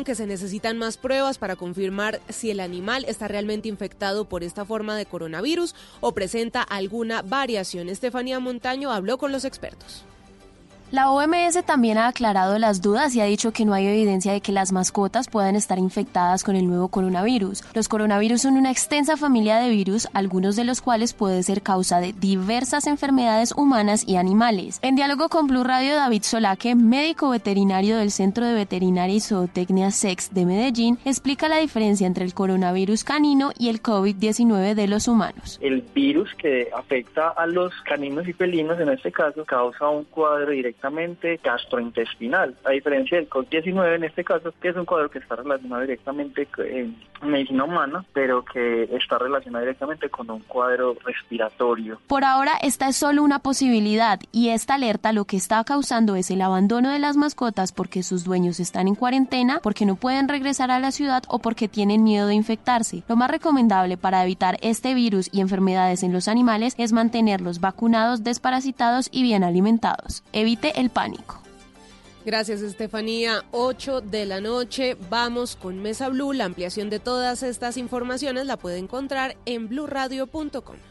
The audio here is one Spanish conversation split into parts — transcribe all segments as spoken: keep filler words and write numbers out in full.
que se necesitan más pruebas para confirmar si el animal está realmente infectado por esta forma de coronavirus o presenta alguna variación. Estefanía Montaño habló con los expertos. La O M S también ha aclarado las dudas y ha dicho que no hay evidencia de que las mascotas puedan estar infectadas con el nuevo coronavirus. Los coronavirus son una extensa familia de virus, algunos de los cuales pueden ser causa de diversas enfermedades humanas y animales. En diálogo con Blue Radio, David Solaque, médico veterinario del Centro de Veterinaria y Zootecnia S E X de Medellín, explica la diferencia entre el coronavirus canino y el COVID diecinueve de los humanos. El virus que afecta a los caninos y felinos, en este caso, causa un cuadro directo gastrointestinal, a diferencia del COVID diecinueve en este caso, que es un cuadro que está relacionado directamente en medicina humana, pero que está relacionado directamente con un cuadro respiratorio. Por ahora, esta es solo una posibilidad y esta alerta lo que está causando es el abandono de las mascotas porque sus dueños están en cuarentena, porque no pueden regresar a la ciudad o porque tienen miedo de infectarse. Lo más recomendable para evitar este virus y enfermedades en los animales es mantenerlos vacunados, desparasitados y bien alimentados. Evite el pánico. Gracias, Estefanía. ocho de la noche, vamos con Mesa Blue. La ampliación de todas estas informaciones la puede encontrar en blue radio punto com.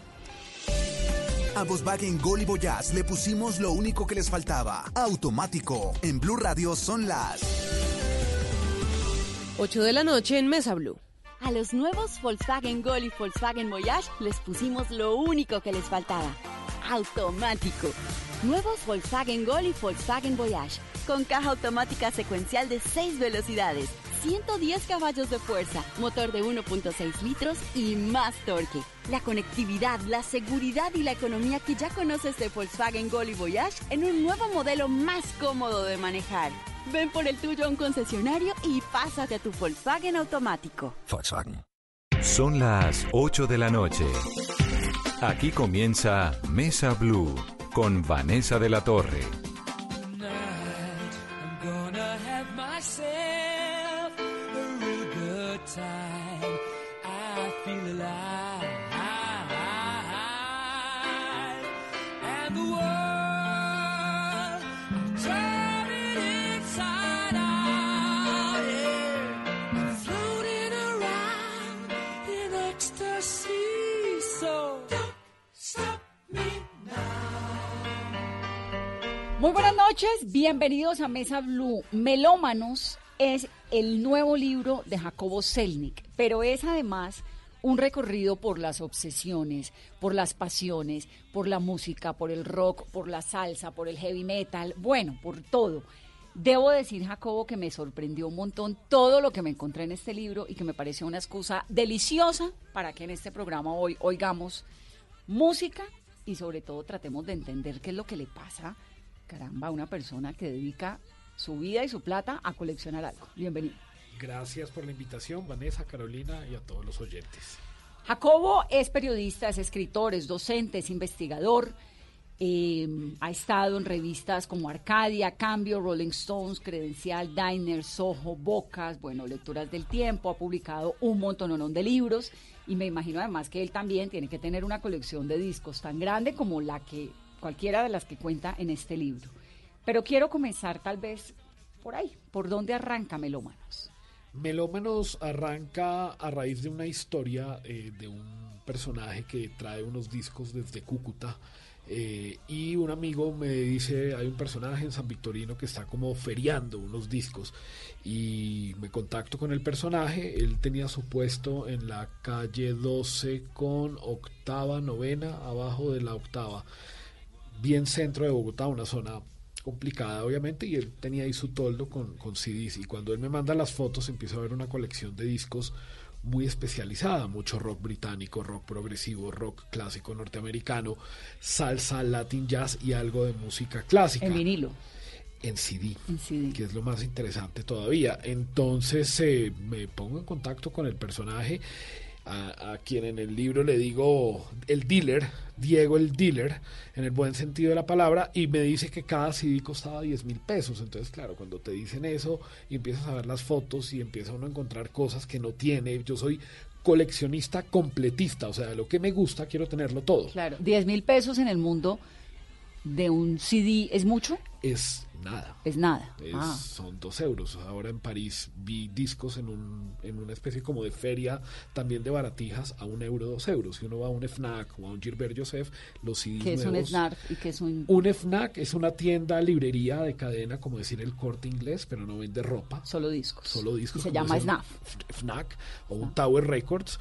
A Volkswagen Gol y Voyage le pusimos lo único que les faltaba, automático. En Blue Radio son las ocho de la noche en Mesa Blue. A los nuevos Volkswagen Gol y Volkswagen Voyage les pusimos lo único que les faltaba, automático. Nuevos Volkswagen Gol y Volkswagen Voyage, con caja automática secuencial de seis velocidades, ciento diez caballos de fuerza, motor de uno punto seis litros y más torque. La conectividad, la seguridad y la economía que ya conoces de Volkswagen Gol y Voyage en un nuevo modelo más cómodo de manejar. Ven por el tuyo a un concesionario y pásate a tu Volkswagen automático. Volkswagen. Son las ocho de la noche. Aquí comienza Mesa Blue con Vanessa de la Torre. Muy buenas noches, bienvenidos a Mesa Blue. Melómanos es el nuevo libro de Jacobo Selnick, pero es además un recorrido por las obsesiones, por las pasiones, por la música, por el rock, por la salsa, por el heavy metal, bueno, por todo. Debo decir, Jacobo, que me sorprendió un montón todo lo que me encontré en este libro y que me pareció una excusa deliciosa para que en este programa hoy oigamos música y sobre todo tratemos de entender qué es lo que le pasa, caramba, a una persona que dedica su vida y su plata a coleccionar algo. Bienvenido. Gracias por la invitación, Vanessa, Carolina y a todos los oyentes. Jacobo es periodista, es escritor, es docente, es investigador. Eh, ha estado en revistas como Arcadia, Cambio, Rolling Stones, Credencial, Diner, Soho, Bocas, bueno, Lecturas del Tiempo. Ha publicado un montononón de libros y me imagino además que él también tiene que tener una colección de discos tan grande como la que cualquiera de las que cuenta en este libro. Pero quiero comenzar tal vez por ahí. ¿Por dónde arranca Melómanos? Melómanos arranca a raíz de una historia eh, de un personaje que trae unos discos desde Cúcuta eh, y un amigo me dice, hay un personaje en San Victorino que está como feriando unos discos y me contacto con el personaje. Él tenía su puesto en la calle doce con octava, novena, abajo de la octava, bien centro de Bogotá, una zona complicada obviamente, y él tenía ahí su toldo con, con C Ds, y cuando él me manda las fotos empiezo a ver una colección de discos muy especializada, mucho rock británico, rock progresivo, rock clásico norteamericano, salsa, latin jazz y algo de música clásica. En vinilo. En C D, en C D, que es lo más interesante todavía. Entonces eh, me pongo en contacto con el personaje, A, a quien en el libro le digo el dealer, Diego el dealer, en el buen sentido de la palabra, y me dice que cada C D costaba diez mil pesos. Entonces, claro, cuando te dicen eso y empiezas a ver las fotos y empieza uno a encontrar cosas que no tiene, yo soy coleccionista completista, o sea, lo que me gusta quiero tenerlo todo. Claro, diez mil pesos en el mundo de un C D, ¿es mucho? Es Nada. Es nada. Es, ah. Son dos euros. Ahora en París vi discos en un en una especie como de feria también de baratijas a un euro, dos euros. Si uno va a un FNAC o a un Gilbert Joseph, los C Ds ¿Qué es nuevos, un FNAC y qué es un...? Un FNAC es una tienda, librería de cadena, como decir el Corte Inglés, pero no vende ropa. Solo discos. Solo discos. Y se como llama es un FNAC. FNAC o un Tower Records.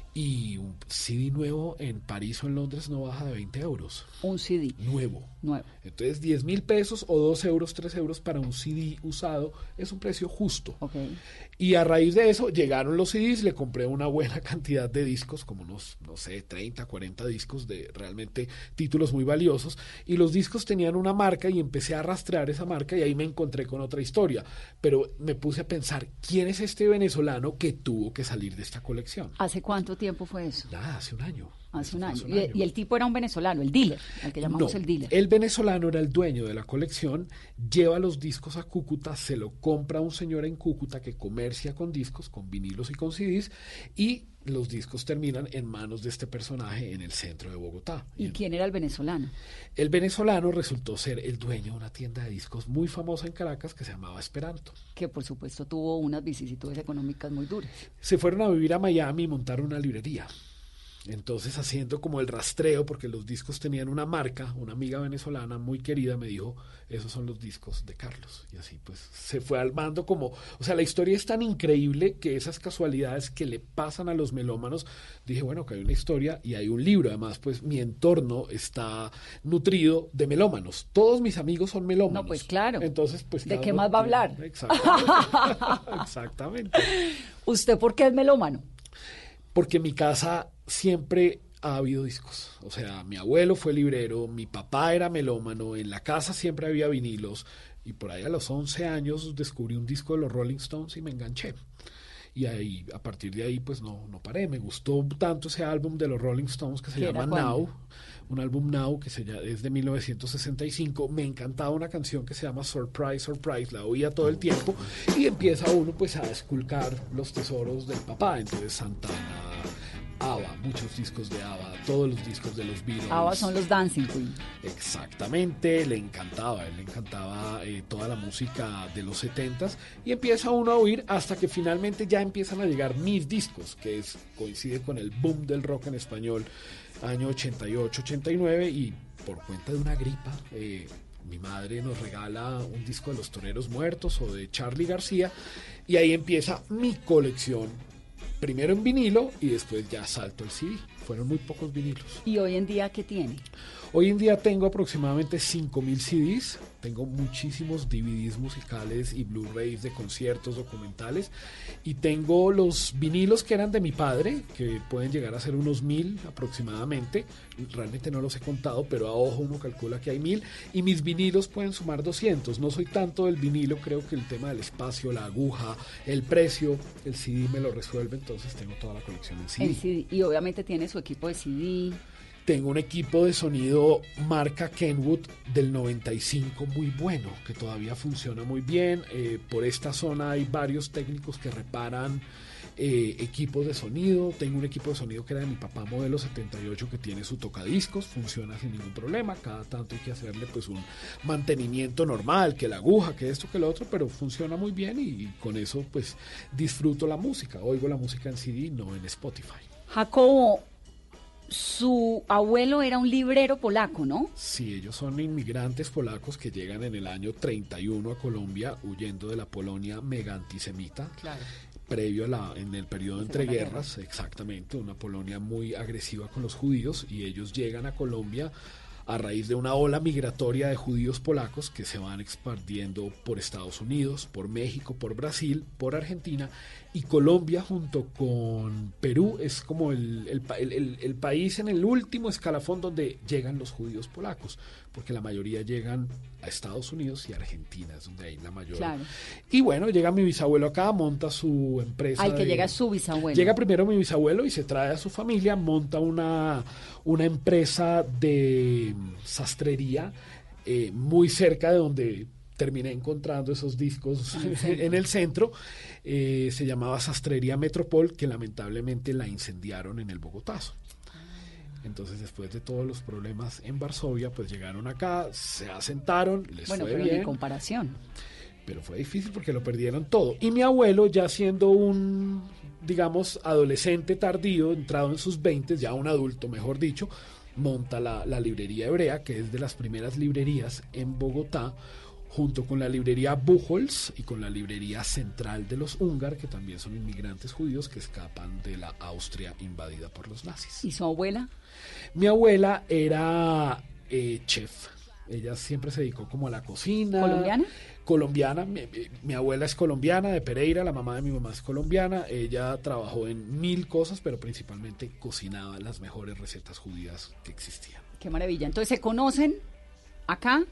Y un C D nuevo en París o en Londres no baja de veinte euros. Un C D. Nuevo. Nuevo. Entonces diez mil pesos o dos euros, tres euros para un C D usado es un precio justo. Okay. Y a raíz de eso llegaron los C Ds, le compré una buena cantidad de discos, como unos, no sé, treinta, cuarenta discos de realmente títulos muy valiosos. Y los discos tenían una marca y empecé a rastrear esa marca y ahí me encontré con otra historia. Pero me puse a pensar, ¿quién es este venezolano que tuvo que salir de esta colección? ¿Hace cuánto tiempo fue eso? Nada, hace un año. Hace un año. Hace un Y, año. y el tipo era un venezolano, el dealer, al que llamamos No, el dealer. el venezolano era el dueño de la colección, lleva los discos a Cúcuta, se lo compra un señor en Cúcuta que comercia con discos, con vinilos y con C Ds, y los discos terminan en manos de este personaje en el centro de Bogotá. ¿Y en, quién era el venezolano? El venezolano resultó ser el dueño de una tienda de discos muy famosa en Caracas que se llamaba Esperanto. Que por supuesto tuvo unas vicisitudes económicas muy duras. Se fueron a vivir a Miami y montaron una librería. Entonces, haciendo como el rastreo, porque los discos tenían una marca, una amiga venezolana muy querida me dijo, esos son los discos de Carlos. Y así pues se fue armando como, o sea, la historia es tan increíble que esas casualidades que le pasan a los melómanos, dije, bueno, que hay una historia y hay un libro. Además, pues mi entorno está nutrido de melómanos. Todos mis amigos son melómanos. No, pues claro. Entonces, pues ¿de cada qué uno más va a tiene- hablar? Exactamente. Exactamente. ¿Usted por qué es melómano? Porque en mi casa siempre ha habido discos. O sea, mi abuelo fue librero, mi papá era melómano, en la casa siempre había vinilos y por ahí a los once años descubrí un disco de los Rolling Stones y me enganché. Y ahí, a partir de ahí, pues no, no paré. Me gustó tanto ese álbum de los Rolling Stones que se ¿Qué llama era cuándo? Now, un álbum Now que se llama, es de mil novecientos sesenta y cinco. Me encantaba una canción que se llama Surprise, Surprise, la oía todo el tiempo y empieza uno pues a esculcar los tesoros del papá. Entonces Santana, ABBA, muchos discos de ABBA, todos los discos de los Beatles. ABBA son los Dancing Queen. Exactamente, le encantaba, le encantaba eh, toda la música de los setentas y empieza uno a oír hasta que finalmente ya empiezan a llegar mis discos, que es, coincide con el boom del rock en español, año ochenta y ocho, ochenta y nueve, y por cuenta de una gripa, eh, mi madre nos regala un disco de Los Toreros Muertos o de Charly García y ahí empieza mi colección. Primero en vinilo y después ya salto al C D. Fueron muy pocos vinilos. ¿Y hoy en día qué tiene? Hoy en día tengo aproximadamente cinco mil C Ds. Tengo muchísimos D V Ds musicales y Blu-rays de conciertos, documentales. Y tengo los vinilos que eran de mi padre, que pueden llegar a ser unos mil aproximadamente. Realmente no los he contado, pero a ojo uno calcula que hay mil. Y mis vinilos pueden sumar doscientos. No soy tanto del vinilo, creo que el tema del espacio, la aguja, el precio, el C D me lo resuelve. Entonces tengo toda la colección en C D. En C D. Y obviamente tiene su equipo de C D. Tengo un equipo de sonido marca Kenwood del noventa y cinco muy bueno, que todavía funciona muy bien. Eh, por esta zona hay varios técnicos que reparan eh, equipos de sonido. Tengo un equipo de sonido que era de mi papá, modelo setenta y ocho, que tiene su tocadiscos, funciona sin ningún problema. Cada tanto hay que hacerle pues un mantenimiento normal, que la aguja, que esto, que lo otro, pero funciona muy bien y, y con eso pues disfruto la música. Oigo la música en C D, no en Spotify. Jacobo, su abuelo era un librero polaco, ¿no? Sí, ellos son inmigrantes polacos que llegan en el año treinta y uno a Colombia huyendo de la Polonia mega antisemita. Claro. Previo a la, en el periodo La entre Segunda guerras, exactamente, una Polonia muy agresiva con los judíos y ellos llegan a Colombia a raíz de una ola migratoria de judíos polacos que se van expandiendo por Estados Unidos, por México, por Brasil, por Argentina, y Colombia junto con Perú es como el, el, el, el país en el último escalafón donde llegan los judíos polacos, porque la mayoría llegan a Estados Unidos y Argentina, es donde hay la mayor. Claro. Y bueno, llega mi bisabuelo acá, monta su empresa. Al que de, llega su bisabuelo. Llega primero mi bisabuelo y se trae a su familia, monta una, una empresa de sastrería eh, muy cerca de donde terminé encontrando esos discos en el centro. En el centro. Eh, se llamaba Sastrería Metropol, que lamentablemente la incendiaron en el Bogotazo. Entonces, después de todos los problemas en Varsovia, pues llegaron acá, se asentaron, les bueno, fue pero bien. en comparación. Pero fue difícil porque lo perdieron todo. Y mi abuelo, ya siendo un, digamos, adolescente tardío, entrado en sus veintes, ya un adulto, mejor dicho, monta la, la librería hebrea, que es de las primeras librerías en Bogotá, junto con la librería Buchholz y con la librería central de los húngaros, que también son inmigrantes judíos que escapan de la Austria invadida por los nazis. ¿Y su abuela? Mi abuela era eh, chef. Ella siempre se dedicó como a la cocina. ¿Colombiana? Colombiana. Mi, mi abuela es colombiana, de Pereira, la mamá de mi mamá es colombiana. Ella trabajó en mil cosas, pero principalmente cocinaba las mejores recetas judías que existían. Qué maravilla. Entonces, ¿se conocen acá?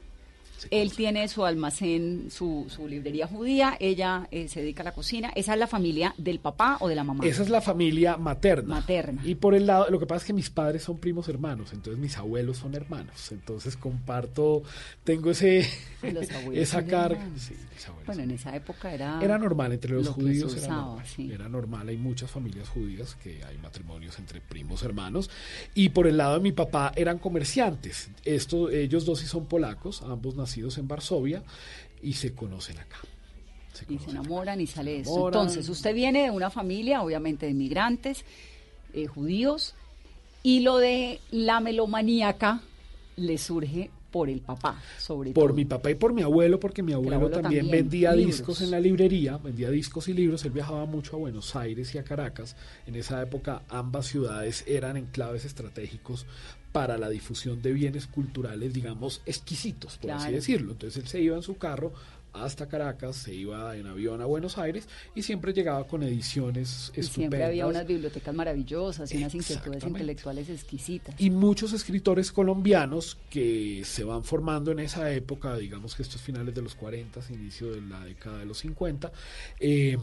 Él tiene su almacén, su, su librería judía, ella eh, se dedica a la cocina. ¿Esa es la familia del papá o de la mamá? Esa es la familia materna. Materna. Y por el lado, lo que pasa es que mis padres son primos hermanos, entonces mis abuelos son hermanos. Entonces comparto, tengo ese esa carga. Sí, bueno, en esa época era... Era normal, entre los judíos usaba, era normal. Sí. Era normal, hay muchas familias judías que hay matrimonios entre primos hermanos. Y por el lado de mi papá eran comerciantes. Esto, ellos dos sí son polacos, ambos nacidos en Varsovia, y se conocen acá. Se conocen y se enamoran acá. Y sale eso. Entonces, usted viene de una familia, obviamente, de inmigrantes, eh, judíos, y lo de la melomaníaca le surge por el papá, sobre por todo. mi papá y por mi abuelo, porque mi abuelo, abuelo también, también vendía libros. discos en la librería, vendía discos y libros. Él viajaba mucho a Buenos Aires y a Caracas. En esa época ambas ciudades eran enclaves estratégicos para la difusión de bienes culturales, digamos, exquisitos, por claro. así decirlo. Entonces él se iba en su carro hasta Caracas, se iba en avión a Buenos Aires y siempre llegaba con ediciones y estupendas. Siempre había unas bibliotecas maravillosas y unas inquietudes intelectuales exquisitas. Y muchos escritores colombianos que se van formando en esa época, digamos que estos finales de los cuarenta, inicio de la década de los cincuenta, eh,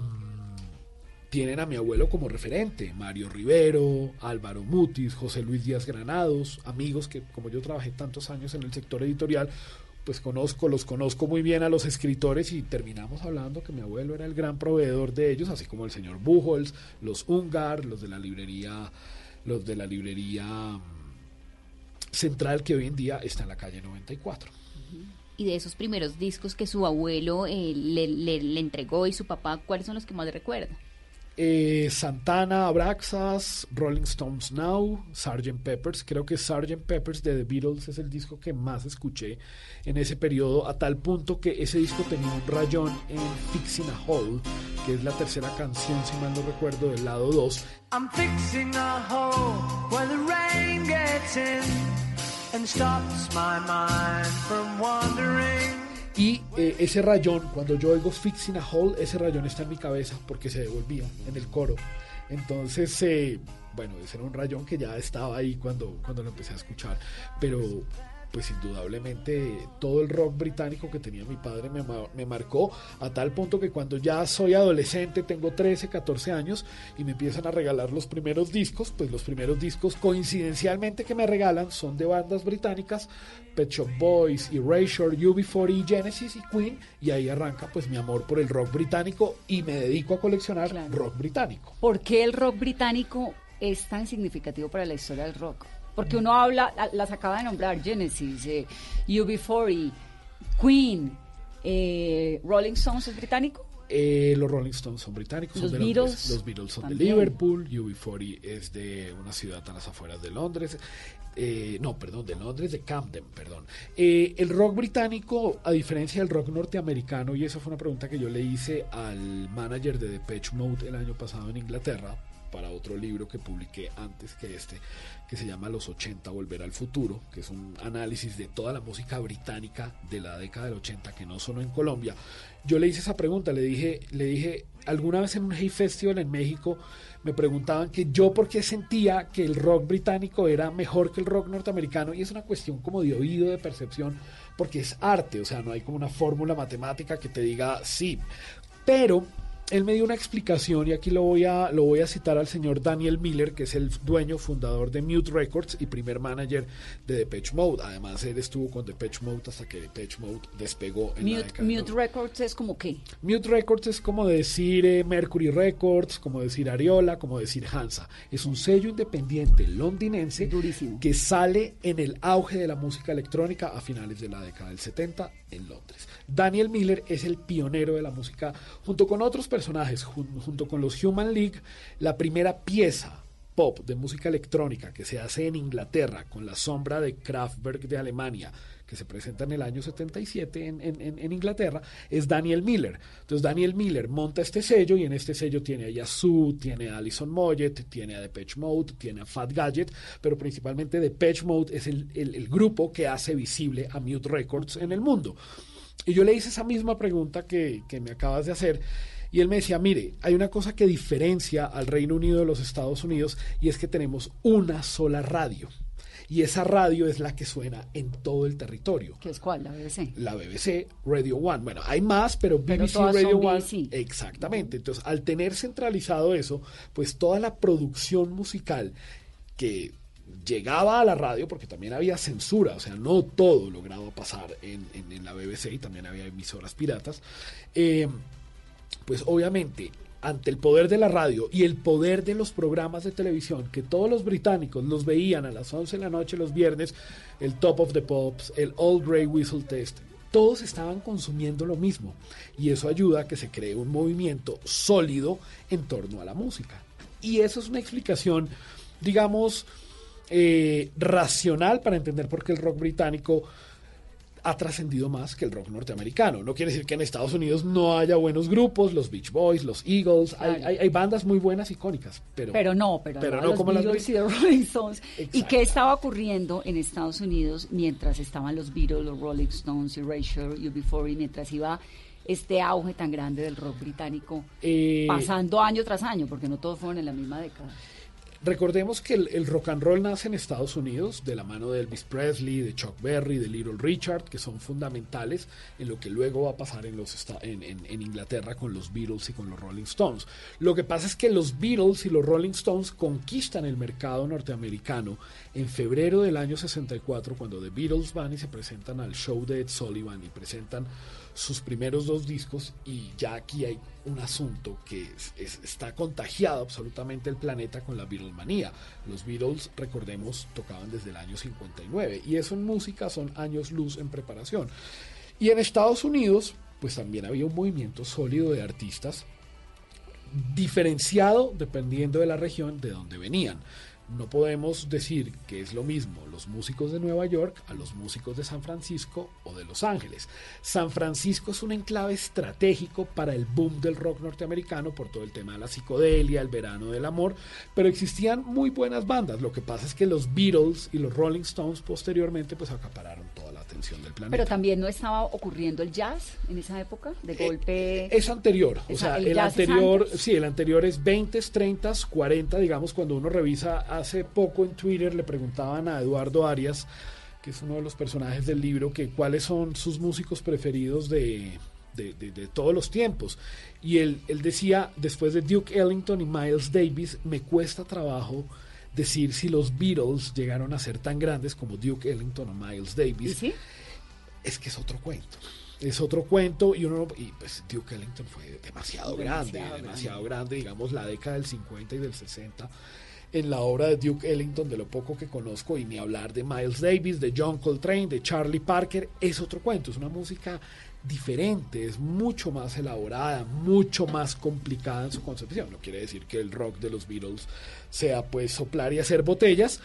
tienen a mi abuelo como referente, Mario Rivero, Álvaro Mutis, José Luis Díaz Granados, amigos que como yo trabajé tantos años en el sector editorial, pues conozco, los conozco muy bien a los escritores y terminamos hablando que mi abuelo era el gran proveedor de ellos, así como el señor Buchholz, los húngaros, los de la librería, los de la librería central que hoy en día está en la calle noventa y cuatro. Y de esos primeros discos que su abuelo eh, le, le, le entregó y su papá, ¿cuáles son los que más le recuerda? Eh, Santana, Abraxas, Rolling Stones Now, sergeant Pepper's. Creo que sergeant Pepper's de The Beatles es el disco que más escuché en ese periodo, a tal punto que ese disco tenía un rayón en Fixing a Hole, que es la tercera canción, si mal no recuerdo, del lado dos. I'm fixing a hole where the rain gets in and stops my mind from wandering. Y eh, ese rayón, cuando yo oigo Fixing a Hole, ese rayón está en mi cabeza porque se devolvía en el coro. Entonces, eh, bueno, ese era un rayón que ya estaba ahí cuando, cuando lo empecé a escuchar. Pero, pues indudablemente, todo el rock británico que tenía mi padre me, me marcó a tal punto que cuando ya soy adolescente, tengo trece, catorce años, y me empiezan a regalar los primeros discos, pues los primeros discos coincidencialmente que me regalan son de bandas británicas, Pet Shop Boys, Erasure, U B cuarenta, Genesis y Queen, y ahí arranca pues mi amor por el rock británico y me dedico a coleccionar claro. rock británico. ¿Por qué el rock británico es tan significativo para la historia del rock? Porque uno habla, las acaba de nombrar, Genesis, eh, U B cuarenta, Queen, eh, Rolling Stones, ¿es británico? Eh, los Rolling Stones son británicos, los son de Beatles, Londres. Los Beatles son también. de Liverpool, U B cuarenta es de una ciudad a las afueras de Londres, eh, no, perdón, de Londres, de Camden, perdón. Eh, el rock británico, a diferencia del rock norteamericano, y esa fue una pregunta que yo le hice al manager de Depeche Mode el año pasado en Inglaterra, para otro libro que publiqué antes que este, que se llama Los ochenta, Volver al Futuro, que es un análisis de toda la música británica de la década del ochenta que no sonó en Colombia. Yo le hice esa pregunta, le dije, le dije, alguna vez en un Hey Festival en México me preguntaban que yo por qué sentía que el rock británico era mejor que el rock norteamericano, y es una cuestión como de oído, de percepción, porque es arte, o sea, no hay como una fórmula matemática que te diga sí, pero él me dio una explicación y aquí lo voy a lo voy a citar al señor Daniel Miller, que es el dueño fundador de Mute Records y primer manager de Depeche Mode. Además, él estuvo con Depeche Mode hasta que Depeche Mode despegó en Mute, la década. Mute Records es como qué? Mute Records es como decir eh, Mercury Records, como decir Ariola, como decir Hansa. Es un sello independiente londinense Durísimo. que sale en el auge de la música electrónica a finales de la década del setenta en Londres. Daniel Miller es el pionero de la música, junto con otros personajes personajes, junto con los Human League, la primera pieza pop de música electrónica que se hace en Inglaterra con la sombra de Kraftwerk de Alemania, que se presenta en el año setenta y siete en, en, en Inglaterra, es Daniel Miller. Entonces Daniel Miller monta este sello y en este sello tiene a Yazoo, tiene a Alison Moyet, tiene a Depeche Mode, tiene a Fat Gadget, pero principalmente Depeche Mode es el, el, el grupo que hace visible a Mute Records en el mundo. Y yo le hice esa misma pregunta que, que me acabas de hacer. Y él me decía, mire, hay una cosa que diferencia al Reino Unido de los Estados Unidos y es que tenemos una sola radio. Y esa radio es la que suena en todo el territorio. ¿Qué es cuál? ¿La B B C? La B B C, Radio One. Bueno, hay más, pero, pero B B C, Radio One. B B C. Exactamente. Entonces, al tener centralizado eso, pues toda la producción musical que llegaba a la radio, porque también había censura, o sea, no todo lograba pasar en, en, en la B B C y también había emisoras piratas, eh, pues obviamente ante el poder de la radio y el poder de los programas de televisión, que todos los británicos los veían a las once de la noche los viernes, el Top of the Pops, el Old Grey Whistle Test, todos estaban consumiendo lo mismo y eso ayuda a que se cree un movimiento sólido en torno a la música. Y eso es una explicación, digamos, eh, racional para entender por qué el rock británico ha trascendido más que el rock norteamericano. No quiere decir que en Estados Unidos no haya buenos grupos, los Beach Boys, los Eagles, claro. hay, hay, hay bandas muy buenas, icónicas, pero, pero no, pero, pero no, no los como Beatles las y los Rolling Stones. Exacto. ¿Y qué estaba ocurriendo en Estados Unidos mientras estaban los Beatles, los Rolling Stones, Erasure, U B cuarenta, y mientras iba este auge tan grande del rock británico, eh, pasando año tras año, porque no todos fueron en la misma década? Recordemos que el, el rock and roll nace en Estados Unidos de la mano de Elvis Presley, de Chuck Berry, de Little Richard, que son fundamentales en lo que luego va a pasar en, los, en, en, en Inglaterra con los Beatles y con los Rolling Stones. Lo que pasa es que los Beatles y los Rolling Stones conquistan el mercado norteamericano en febrero del año sesenta y cuatro, cuando The Beatles van y se presentan al show de Ed Sullivan y presentan sus primeros dos discos, y ya aquí hay un asunto que es, es, está contagiado absolutamente el planeta con la Beatlemanía. Los Beatles, recordemos, tocaban desde el año cincuenta y nueve y eso en música son años luz en preparación. Y en Estados Unidos pues también había un movimiento sólido de artistas, diferenciado dependiendo de la región de donde venían. No podemos decir que es lo mismo los músicos de Nueva York a los músicos de San Francisco o de Los Ángeles. San Francisco es un enclave estratégico para el boom del rock norteamericano por todo el tema de la psicodelia, el verano del amor, pero existían muy buenas bandas. Lo que pasa es que los Beatles y los Rolling Stones posteriormente pues acapararon toda la atención del planeta. Pero también no estaba ocurriendo el jazz en esa época, de golpe. Eh, es anterior, o sea, el, el anterior, sí, el anterior es veinte, treinta, cuarenta, digamos, cuando uno revisa. Hace poco en Twitter le preguntaban a Eduardo Arias, que es uno de los personajes del libro, que cuáles son sus músicos preferidos de, de, de, de todos los tiempos. Y él, él decía, después de Duke Ellington y Miles Davis, me cuesta trabajo decir si los Beatles llegaron a ser tan grandes como Duke Ellington o Miles Davis. ¿Sí? Es que es otro cuento. Es otro cuento y uno y pues Duke Ellington fue demasiado, demasiado grande, grande, demasiado grande, digamos la década del cincuenta y del sesenta. En la obra de Duke Ellington, de lo poco que conozco, y ni hablar de Miles Davis, de John Coltrane, de Charlie Parker, es otro cuento, es una música diferente, es mucho más elaborada, mucho más complicada en su concepción. No quiere decir que el rock de los Beatles sea pues soplar y hacer botellas.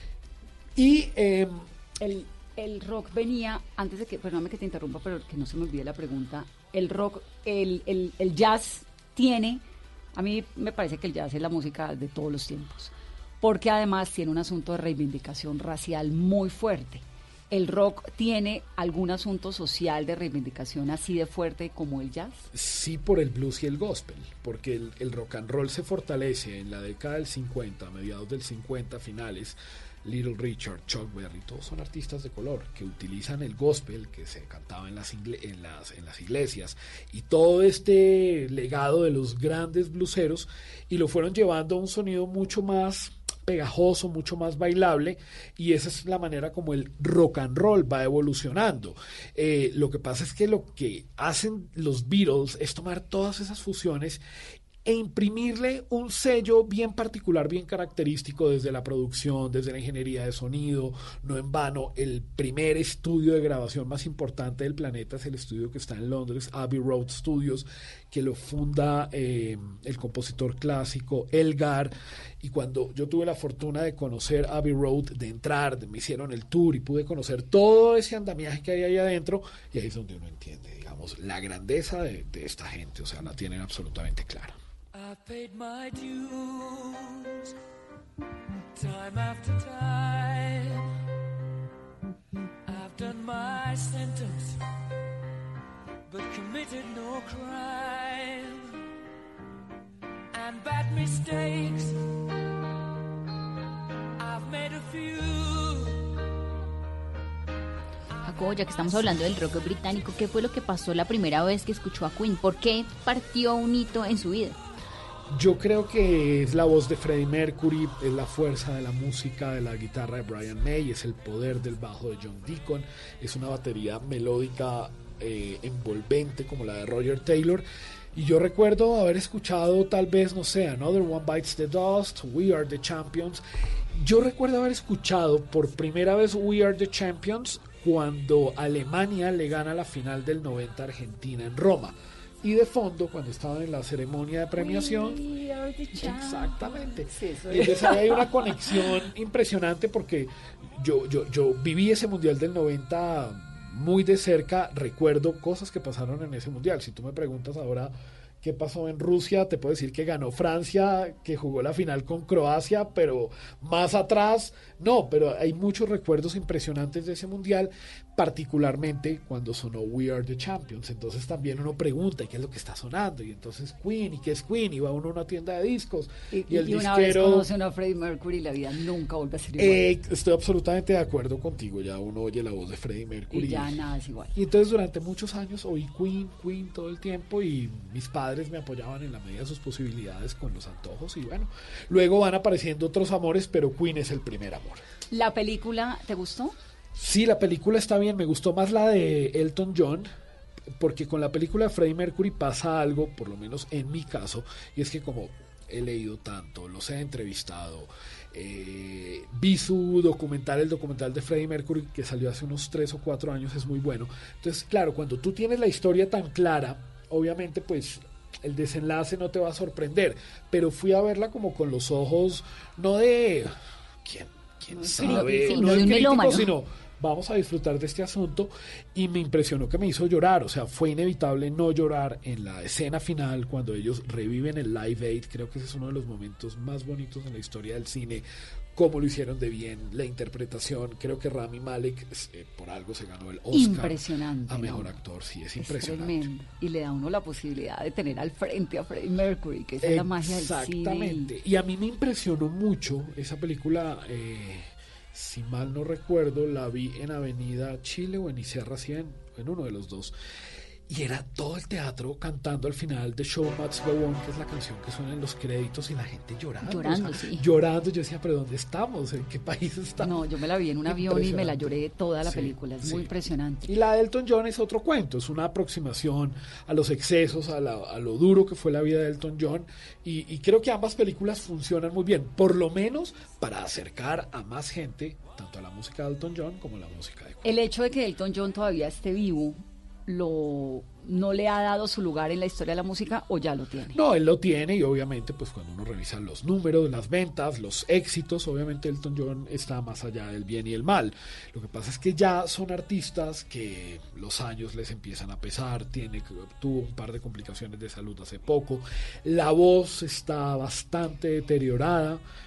Y eh, el, el rock venía, antes de que, perdóname que te interrumpa, pero que no se me olvide la pregunta, el rock, el, el, el jazz tiene, a mí me parece que el jazz es la música de todos los tiempos, porque además tiene un asunto de reivindicación racial muy fuerte. ¿El rock tiene algún asunto social de reivindicación así de fuerte como el jazz? Sí, por el blues y el gospel, porque el, el rock and roll se fortalece en la década del cincuenta, mediados del cincuenta, finales, Little Richard, Chuck Berry, todos son artistas de color que utilizan el gospel que se cantaba en las, ingle- en las, en las iglesias y todo este legado de los grandes blueseros y lo fueron llevando a un sonido mucho más pegajoso, mucho más bailable, y esa es la manera como el rock and roll va evolucionando. Eh, lo que pasa es que lo que hacen los Beatles es tomar todas esas fusiones e imprimirle un sello bien particular, bien característico desde la producción, desde la ingeniería de sonido. No en vano, el primer estudio de grabación más importante del planeta es el estudio que está en Londres, Abbey Road Studios, que lo funda eh, el compositor clásico Elgar. Y cuando yo tuve la fortuna de conocer Abbey Road, de entrar, de, me hicieron el tour y pude conocer todo ese andamiaje que hay ahí adentro, y ahí es donde uno entiende, digamos, la grandeza de, de esta gente, o sea, la tienen absolutamente clara. I've paid my dues, time after time. I've done my sentence, but committed no crime. And bad mistakes, I've made a few. Jacobo, ya que estamos hablando del rock británico, ¿qué fue lo que pasó la primera vez que escuchó a Queen? ¿Por qué partió un hito en su vida? Yo creo que es la voz de Freddie Mercury, es la fuerza de la música, de la guitarra de Brian May, es el poder del bajo de John Deacon, es una batería melódica eh, envolvente como la de Roger Taylor. Y yo recuerdo haber escuchado tal vez, no sé, Another One Bites the Dust, We Are the Champions. Yo recuerdo haber escuchado por primera vez We Are the Champions cuando Alemania le gana la final del noventa a Argentina en Roma. Y de fondo, cuando estaban en la ceremonia de premiación, exactamente. Sí, y entonces ahí hay una conexión impresionante porque yo, yo, yo viví ese mundial del noventa muy de cerca, recuerdo cosas que pasaron en ese mundial. Si tú me preguntas ahora qué pasó en Rusia, te puedo decir que ganó Francia, que jugó la final con Croacia, pero más atrás, no, pero hay muchos recuerdos impresionantes de ese mundial, particularmente cuando sonó We Are the Champions. Entonces también uno pregunta, ¿y qué es lo que está sonando? Y entonces Queen, ¿y qué es Queen? Y va uno a una tienda de discos, y, y el y una disquero... vez conoce uno a Freddie Mercury, la vida nunca vuelve a ser igual. Eh, estoy absolutamente de acuerdo contigo, ya uno oye la voz de Freddie Mercury. Y ya nada es igual. Y entonces durante muchos años oí Queen, Queen todo el tiempo, y mis padres me apoyaban en la medida de sus posibilidades con los antojos, y bueno, luego van apareciendo otros amores, pero Queen es el primer amor. ¿La película te gustó? Sí, la película está bien, me gustó más la de Elton John, porque con la película de Freddie Mercury pasa algo, por lo menos en mi caso, y es que como he leído tanto, los he entrevistado, eh, vi su documental, el documental de Freddie Mercury que salió hace unos tres o cuatro años, es muy bueno. Entonces, claro, cuando tú tienes la historia tan clara, obviamente pues el desenlace no te va a sorprender, pero fui a verla como con los ojos, no de quién, quién no, sabe, sí, no no de de un crítico, melómano, sino vamos a disfrutar de este asunto, y me impresionó que me hizo llorar. O sea, fue inevitable no llorar en la escena final cuando ellos reviven el Live Aid. Creo que ese es uno de los momentos más bonitos en la historia del cine, cómo lo hicieron de bien, la interpretación. Creo que Rami Malek eh, por algo se ganó el Oscar impresionante, a mejor ¿no? actor. Sí, es Es impresionante. tremendo. Y le da a uno la posibilidad de tener al frente a Freddie Mercury, que esa es la magia del cine. Exactamente. Y a mí me impresionó mucho esa película. eh, Si mal no recuerdo, la vi en Avenida Chile o en Iserra cien, en uno de los dos. Y era todo el teatro cantando al final de Show Must Go On, que es la canción que suena en los créditos, y la gente llorando. Llorando, o sea, sí. Llorando. Yo decía, ¿pero dónde estamos? ¿En qué país estamos? No, yo me la vi en un avión y me la lloré toda la Sí, película. Es sí. muy impresionante. Y la de Elton John es otro cuento, es una aproximación a los excesos, a, la, a lo duro que fue la vida de Elton John, y, y creo que ambas películas funcionan muy bien, por lo menos para acercar a más gente, tanto a la música de Elton John como a la música de Queen. El hecho de que Elton John todavía esté vivo, lo no le ha dado su lugar en la historia de la música, o ya lo tiene. No, él lo tiene, y obviamente pues cuando uno revisa los números, las ventas, los éxitos, obviamente Elton John está más allá del bien y el mal. Lo que pasa es que ya son artistas que los años les empiezan a pesar, tiene, tuvo un par de complicaciones de salud hace poco, la voz está bastante deteriorada,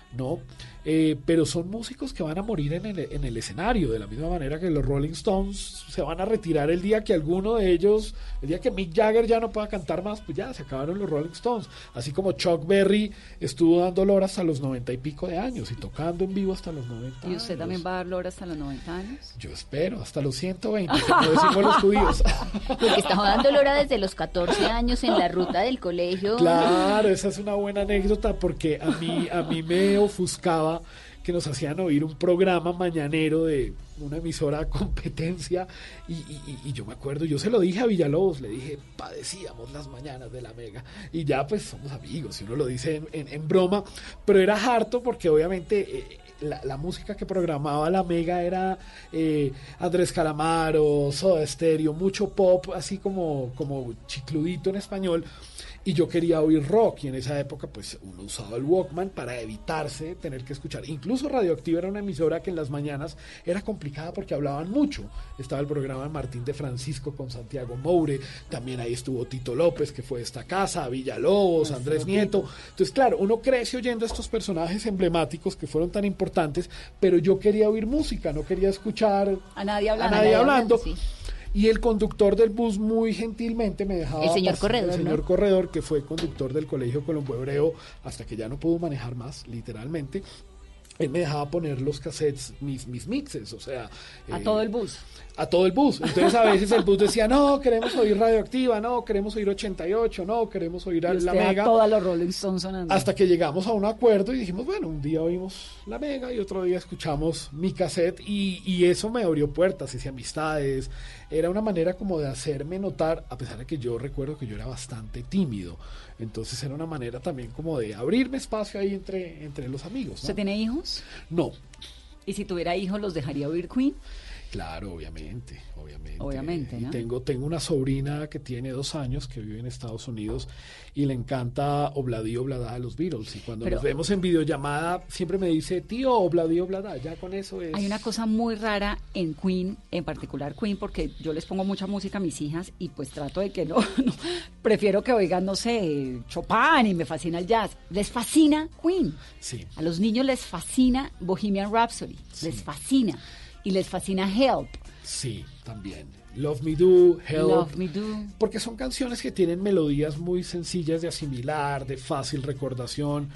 ¿no? Eh, pero son músicos que van a morir en el, en el escenario, de la misma manera que los Rolling Stones se van a retirar el día que alguno de ellos, el día que Mick Jagger ya no pueda cantar más, pues ya se acabaron los Rolling Stones, así como Chuck Berry estuvo dando lora hasta los noventa y pico de años y tocando en vivo hasta los noventa años. ¿Y usted también va a dar lora hasta los noventa años? Yo espero, hasta los ciento veinte, como decimos los judíos. Porque estaba dando lora desde los catorce años en la ruta del colegio. Claro, esa es una buena anécdota porque a mí, a mí me ofuscaba que nos hacían oír un programa mañanero de una emisora competencia y, y, y yo me acuerdo, yo se lo dije a Villalobos, le dije, padecíamos las mañanas de la Mega y ya pues somos amigos y uno lo dice en, en, en broma, pero era harto porque obviamente eh, la, la música que programaba la Mega era eh, Andrés Calamaro, Soda Stereo, mucho pop, así como, como chicludito en español. Y yo quería oír rock y en esa época pues uno usaba el Walkman para evitarse tener que escuchar. Incluso Radioactiva era una emisora que en las mañanas era complicada porque hablaban mucho. Estaba el programa de Martín de Francisco con Santiago Moure, también ahí estuvo Tito López, que fue de esta casa, Villalobos, Andrés Nieto. Entonces claro, uno crece oyendo a estos personajes emblemáticos que fueron tan importantes, pero yo quería oír música, no quería escuchar a nadie hablando. A nadie hablando. Sí. Y el conductor del bus muy gentilmente me dejaba el señor pasar, Corredor, el señor ¿no? Corredor, que fue conductor del Colegio Colombo Hebreo hasta que ya no pudo manejar más, literalmente. Él me dejaba poner los cassettes, mis, mis mixes, o sea... A eh, todo el bus. A todo el bus. Entonces a veces el bus decía, no, queremos oír Radioactiva, no, queremos oír ochenta y ocho, no, queremos oír a la Mega. Todos los Rolling Stones sonando. Hasta que llegamos a un acuerdo y dijimos, bueno, un día oímos la Mega y otro día escuchamos mi cassette y, y eso me abrió puertas, hice amistades. Era una manera como de hacerme notar, a pesar de que yo recuerdo que yo era bastante tímido. Entonces era una manera también como de abrirme espacio ahí entre, entre los amigos, ¿no? ¿Usted tiene hijos? No. ¿Y si tuviera hijos, los dejaría oír Queen? Claro, obviamente, obviamente. Obviamente, ¿no? Y tengo, tengo una sobrina que tiene dos años, que vive en Estados Unidos, y le encanta Obladí Oblada de los Beatles. Y cuando Pero nos vemos en videollamada, siempre me dice, tío, Obladí Oblada, ya con eso es... Hay una cosa muy rara en Queen, en particular Queen, porque yo les pongo mucha música a mis hijas y pues trato de que no, no prefiero que oigan, no sé, Chopin y me fascina el jazz. Les fascina Queen. Sí. A los niños les fascina Bohemian Rhapsody, sí. Les fascina. Y les fascina Help. Sí, también. Love Me Do, Help. Love Me Do. Porque son canciones que tienen melodías muy sencillas de asimilar, de fácil recordación.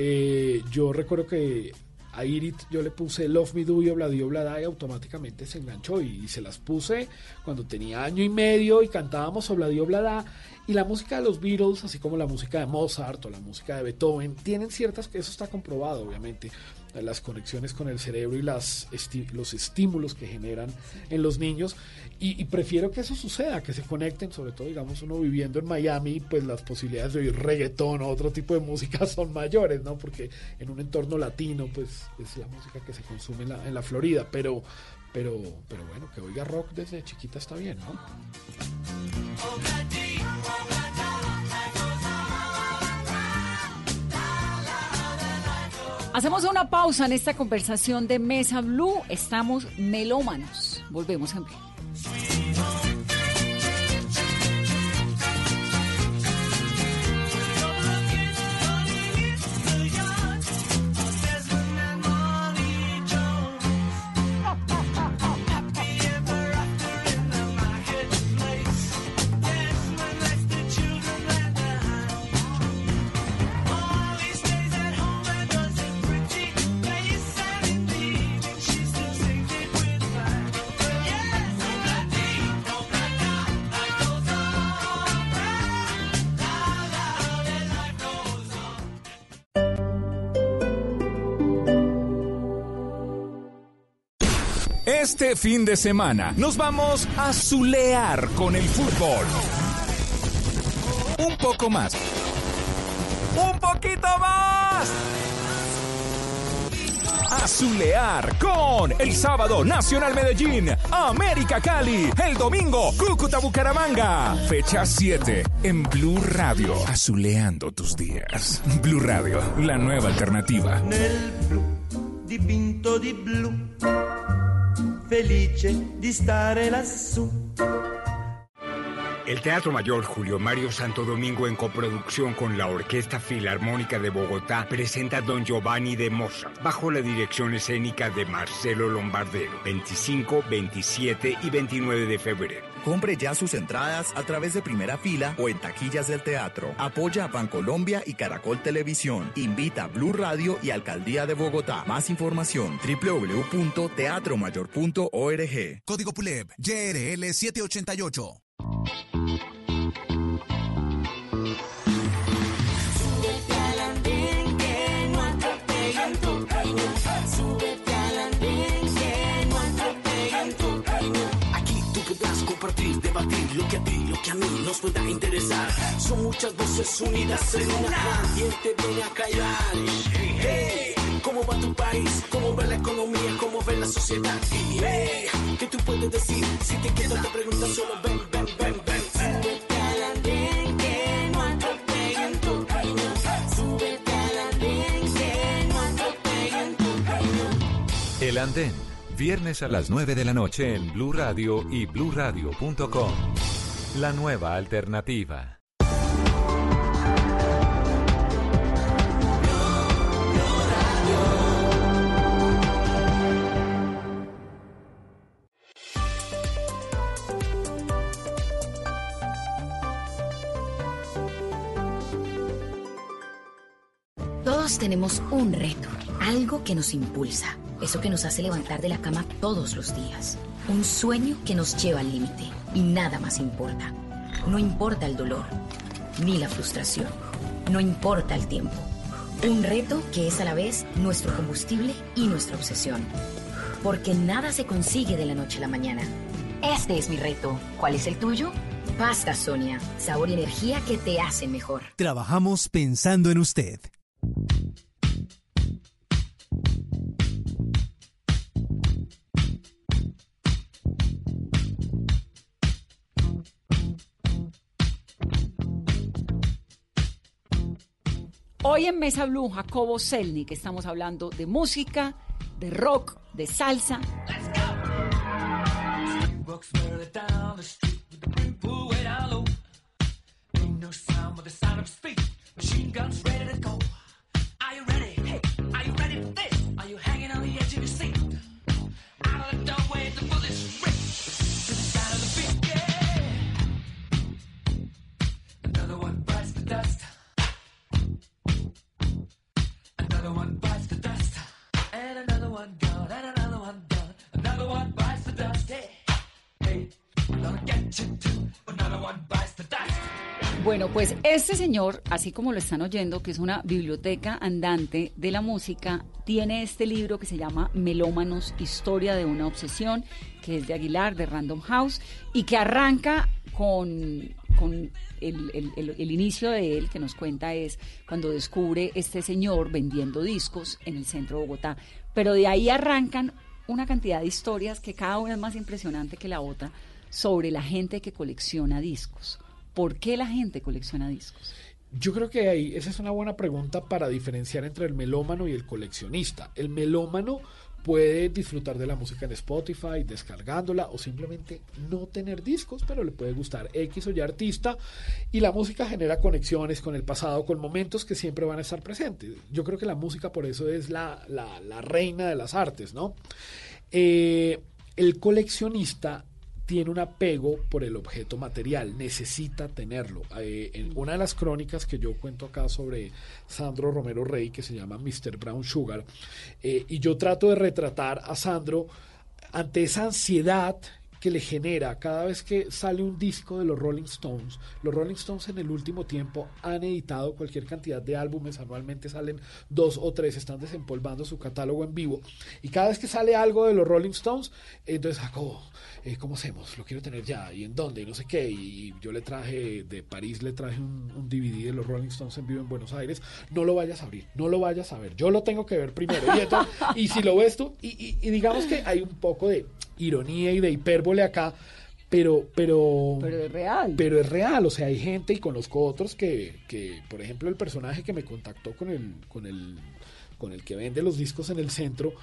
Eh, yo recuerdo que a Irit yo le puse Love Me Do y Obladi Oblada y automáticamente se enganchó y, y se las puse cuando tenía año y medio y cantábamos Obladi Oblada. Y la música de los Beatles, así como la música de Mozart o la música de Beethoven, tienen ciertas, eso está comprobado obviamente, las conexiones con el cerebro y las esti- los estímulos que generan en los niños y, y prefiero que eso suceda, que se conecten, sobre todo digamos uno viviendo en Miami, pues las posibilidades de oír reggaetón o otro tipo de música son mayores, ¿no? Porque en un entorno latino pues es la música que se consume en la, en la Florida, pero, pero, pero bueno, que oiga rock desde chiquita está bien, ¿no? Hacemos una pausa en esta conversación de Mesa Blue. Estamos melómanos. Volvemos en breve. Este fin de semana nos vamos a zulear con el fútbol. Un poco más. ¡Un poquito más! A zulear con el sábado Nacional Medellín, América Cali, el domingo Cúcuta Bucaramanga. Fecha siete en Blue Radio. Azuleando tus días. Blue Radio, la nueva alternativa. Nel blu dipinto di blu, felice di stare lassù. El Teatro Mayor Julio Mario Santo Domingo, en coproducción con la Orquesta Filarmónica de Bogotá, presenta Don Giovanni de Mozart, bajo la dirección escénica de Marcelo Lombardero, veinticinco, veintisiete y veintinueve de febrero. Compre ya sus entradas a través de Primera Fila o en taquillas del teatro. Apoya a Bancolombia y Caracol Televisión. Invita a Blue Radio y Alcaldía de Bogotá. Más información doble u doble u doble u punto teatro mayor punto org. Código P U L E B Y R L setecientos ochenta y ocho. Súbete al andén que no atropellan tu peña. Súbete al andén que no atropellan tu peña. Aquí tú podrás compartir, debatir lo que a ti, lo que a mí nos pueda interesar. Son muchas voces unidas en una. ¿Quién te viene a callar? Hey, ¿cómo va tu país? ¿Cómo va la economía? ¿Cómo va la sociedad? Y hey, ¿qué tú puedes decir? Si te quedas te preguntas, solo ven, ven, ven, ven. Súbete al andén que no atropellan tu peña. Súbete al andén que no atropellan tu peña. El Andén, viernes a las nueve de la noche en Blue Radio y blue radio punto com. La nueva alternativa. Todos tenemos un reto, algo que nos impulsa, eso que nos hace levantar de la cama todos los días, un sueño que nos lleva al límite y nada más importa. No importa el dolor, ni la frustración, no importa el tiempo. Un reto que es a la vez nuestro combustible y nuestra obsesión. Porque nada se consigue de la noche a la mañana. Este es mi reto. ¿Cuál es el tuyo? Pasta Sonia, sabor y energía que te hacen mejor. Trabajamos pensando en usted. Hoy en Mesa Blue, Jacobo Selnik, estamos hablando de música, de rock, de salsa. Bueno, pues este señor, así como lo están oyendo, que es una biblioteca andante de la música, tiene este libro que se llama Melómanos, Historia de una Obsesión, que es de Aguilar, de Random House, y que arranca con, con el, el, el, el inicio de él, que nos cuenta es cuando descubre este señor vendiendo discos en el centro de Bogotá. Pero de ahí arrancan una cantidad de historias que cada una es más impresionante que la otra sobre la gente que colecciona discos. ¿Por qué la gente colecciona discos? Yo creo que ahí esa es una buena pregunta para diferenciar entre el melómano y el coleccionista. El melómano puede disfrutar de la música en Spotify, descargándola, o simplemente no tener discos, pero le puede gustar X o Y artista, y la música genera conexiones con el pasado, con momentos que siempre van a estar presentes. Yo creo que la música por eso es la, la, la reina de las artes, ¿no? Eh, el coleccionista tiene un apego por el objeto material, necesita tenerlo. Eh, en una de las crónicas que yo cuento acá sobre Sandro Romero Rey, que se llama mister Brown Sugar, eh, y yo trato de retratar a Sandro ante esa ansiedad que le genera cada vez que sale un disco de los Rolling Stones. Los Rolling Stones en el último tiempo han editado cualquier cantidad de álbumes, anualmente salen dos o tres, están desempolvando su catálogo en vivo, y cada vez que sale algo de los Rolling Stones, entonces Jacobo, eh, ¿cómo hacemos? Lo quiero tener ya, ¿y en dónde? Y no sé qué, y yo le traje de París, le traje un, un D V D de los Rolling Stones en vivo en Buenos Aires. No lo vayas a abrir, no lo vayas a ver, yo lo tengo que ver primero, y, entonces, y si lo ves tú, y, y, y digamos que hay un poco de ironía y de hipérbole acá, pero pero pero es real. Pero es real, o sea, hay gente, y conozco otros que, que por ejemplo, el personaje que me contactó con el con el con el que vende los discos en el centro,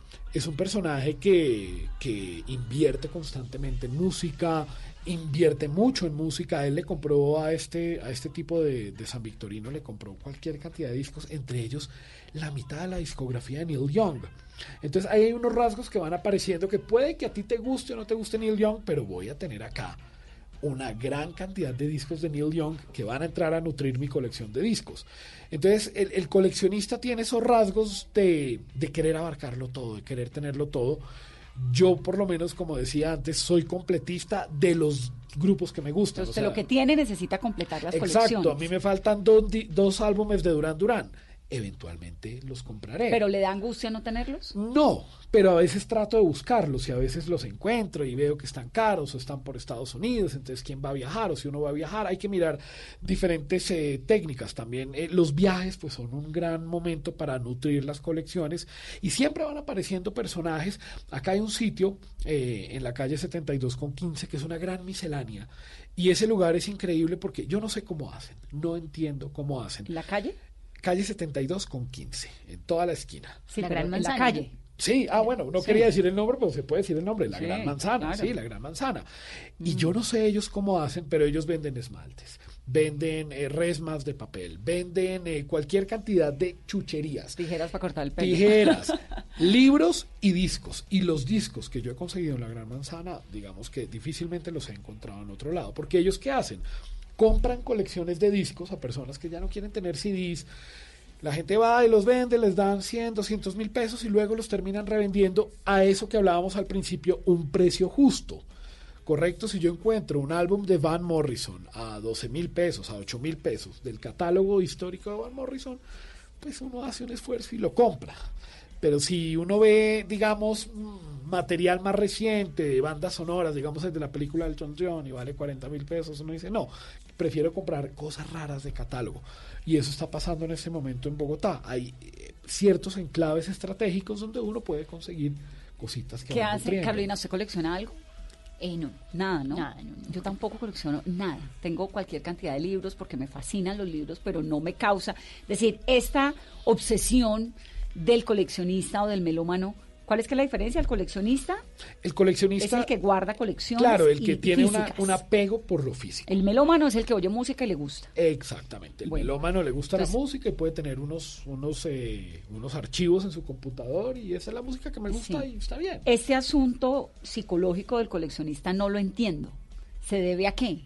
es un personaje que, que invierte constantemente en música, invierte mucho en música. Él le compró a este, a este tipo de, de San Victorino, le compró cualquier cantidad de discos, entre ellos la mitad de la discografía de Neil Young. Entonces ahí hay unos rasgos que van apareciendo que puede que a ti te guste o no te guste Neil Young, pero voy a tener acá una gran cantidad de discos de Neil Young que van a entrar a nutrir mi colección de discos. Entonces el, el coleccionista tiene esos rasgos de, de querer abarcarlo todo, de querer tenerlo todo. Yo, por lo menos, como decía antes, soy completista de los grupos que me gustan. Entonces, o sea, lo que tiene necesita completar las exacto, colecciones. a mí me faltan dos, di- dos álbumes de Duran Duran. Eventualmente los compraré. ¿Pero le da angustia no tenerlos? No, pero a veces trato de buscarlos y a veces los encuentro y veo que están caros o están por Estados Unidos, entonces ¿quién va a viajar? O si uno va a viajar, hay que mirar diferentes eh, técnicas también. Eh, los viajes pues son un gran momento para nutrir las colecciones y siempre van apareciendo personajes. Acá hay un sitio eh, en la calle setenta y dos con quince que es una gran miscelánea y ese lugar es increíble porque yo no sé cómo hacen, no entiendo cómo hacen. ¿La calle? Calle setenta y dos con quince, en toda la esquina. Sí, la Gran Manzana. En la calle. Sí, ah, bueno, no Sí. quería decir el nombre, pero se puede decir el nombre, la Sí, Gran Manzana, claro. sí, la Gran Manzana. Y yo no sé ellos cómo hacen, pero ellos venden esmaltes, venden eh, resmas de papel, venden eh, cualquier cantidad de chucherías. Tijeras para cortar el pelo. Tijeras, libros y discos. Y los discos que yo he conseguido en la Gran Manzana, digamos que difícilmente los he encontrado en otro lado. Porque ellos, ¿qué hacen? Compran colecciones de discos a personas que ya no quieren tener C Ds. La gente va y los vende, les dan cien, doscientos mil pesos y luego los terminan revendiendo a eso que hablábamos al principio, un precio justo. Correcto, si yo encuentro un álbum de Van Morrison a doce mil pesos, a ocho mil pesos del catálogo histórico de Van Morrison, pues uno hace un esfuerzo y lo compra. Pero si uno ve, digamos, material más reciente de bandas sonoras, digamos el de la película de Elton John y vale cuarenta mil pesos, uno dice, no, prefiero comprar cosas raras de catálogo. Y eso está pasando en este momento en Bogotá. Hay eh, ciertos enclaves estratégicos donde uno puede conseguir cositas que ¿Qué van hace, nutriendo. Carolina? ¿Usted colecciona algo? Eh, no. Nada, ¿no? Nada, no, no. Yo tampoco colecciono nada. Tengo cualquier cantidad de libros porque me fascinan los libros, pero no me causa. Es decir, esta obsesión del coleccionista o del melómano, ¿cuál es que es la diferencia? ¿El coleccionista? El coleccionista Es el que guarda colecciones. Claro, el que y tiene una, físicas. un apego por lo físico. El melómano es el que oye música y le gusta. Exactamente, el Bueno, melómano le gusta entonces- la música y puede tener unos unos eh, unos archivos en su computador y esa es la música que me gusta Sí. y está bien. Este asunto psicológico del coleccionista no lo entiendo. ¿Se debe a qué?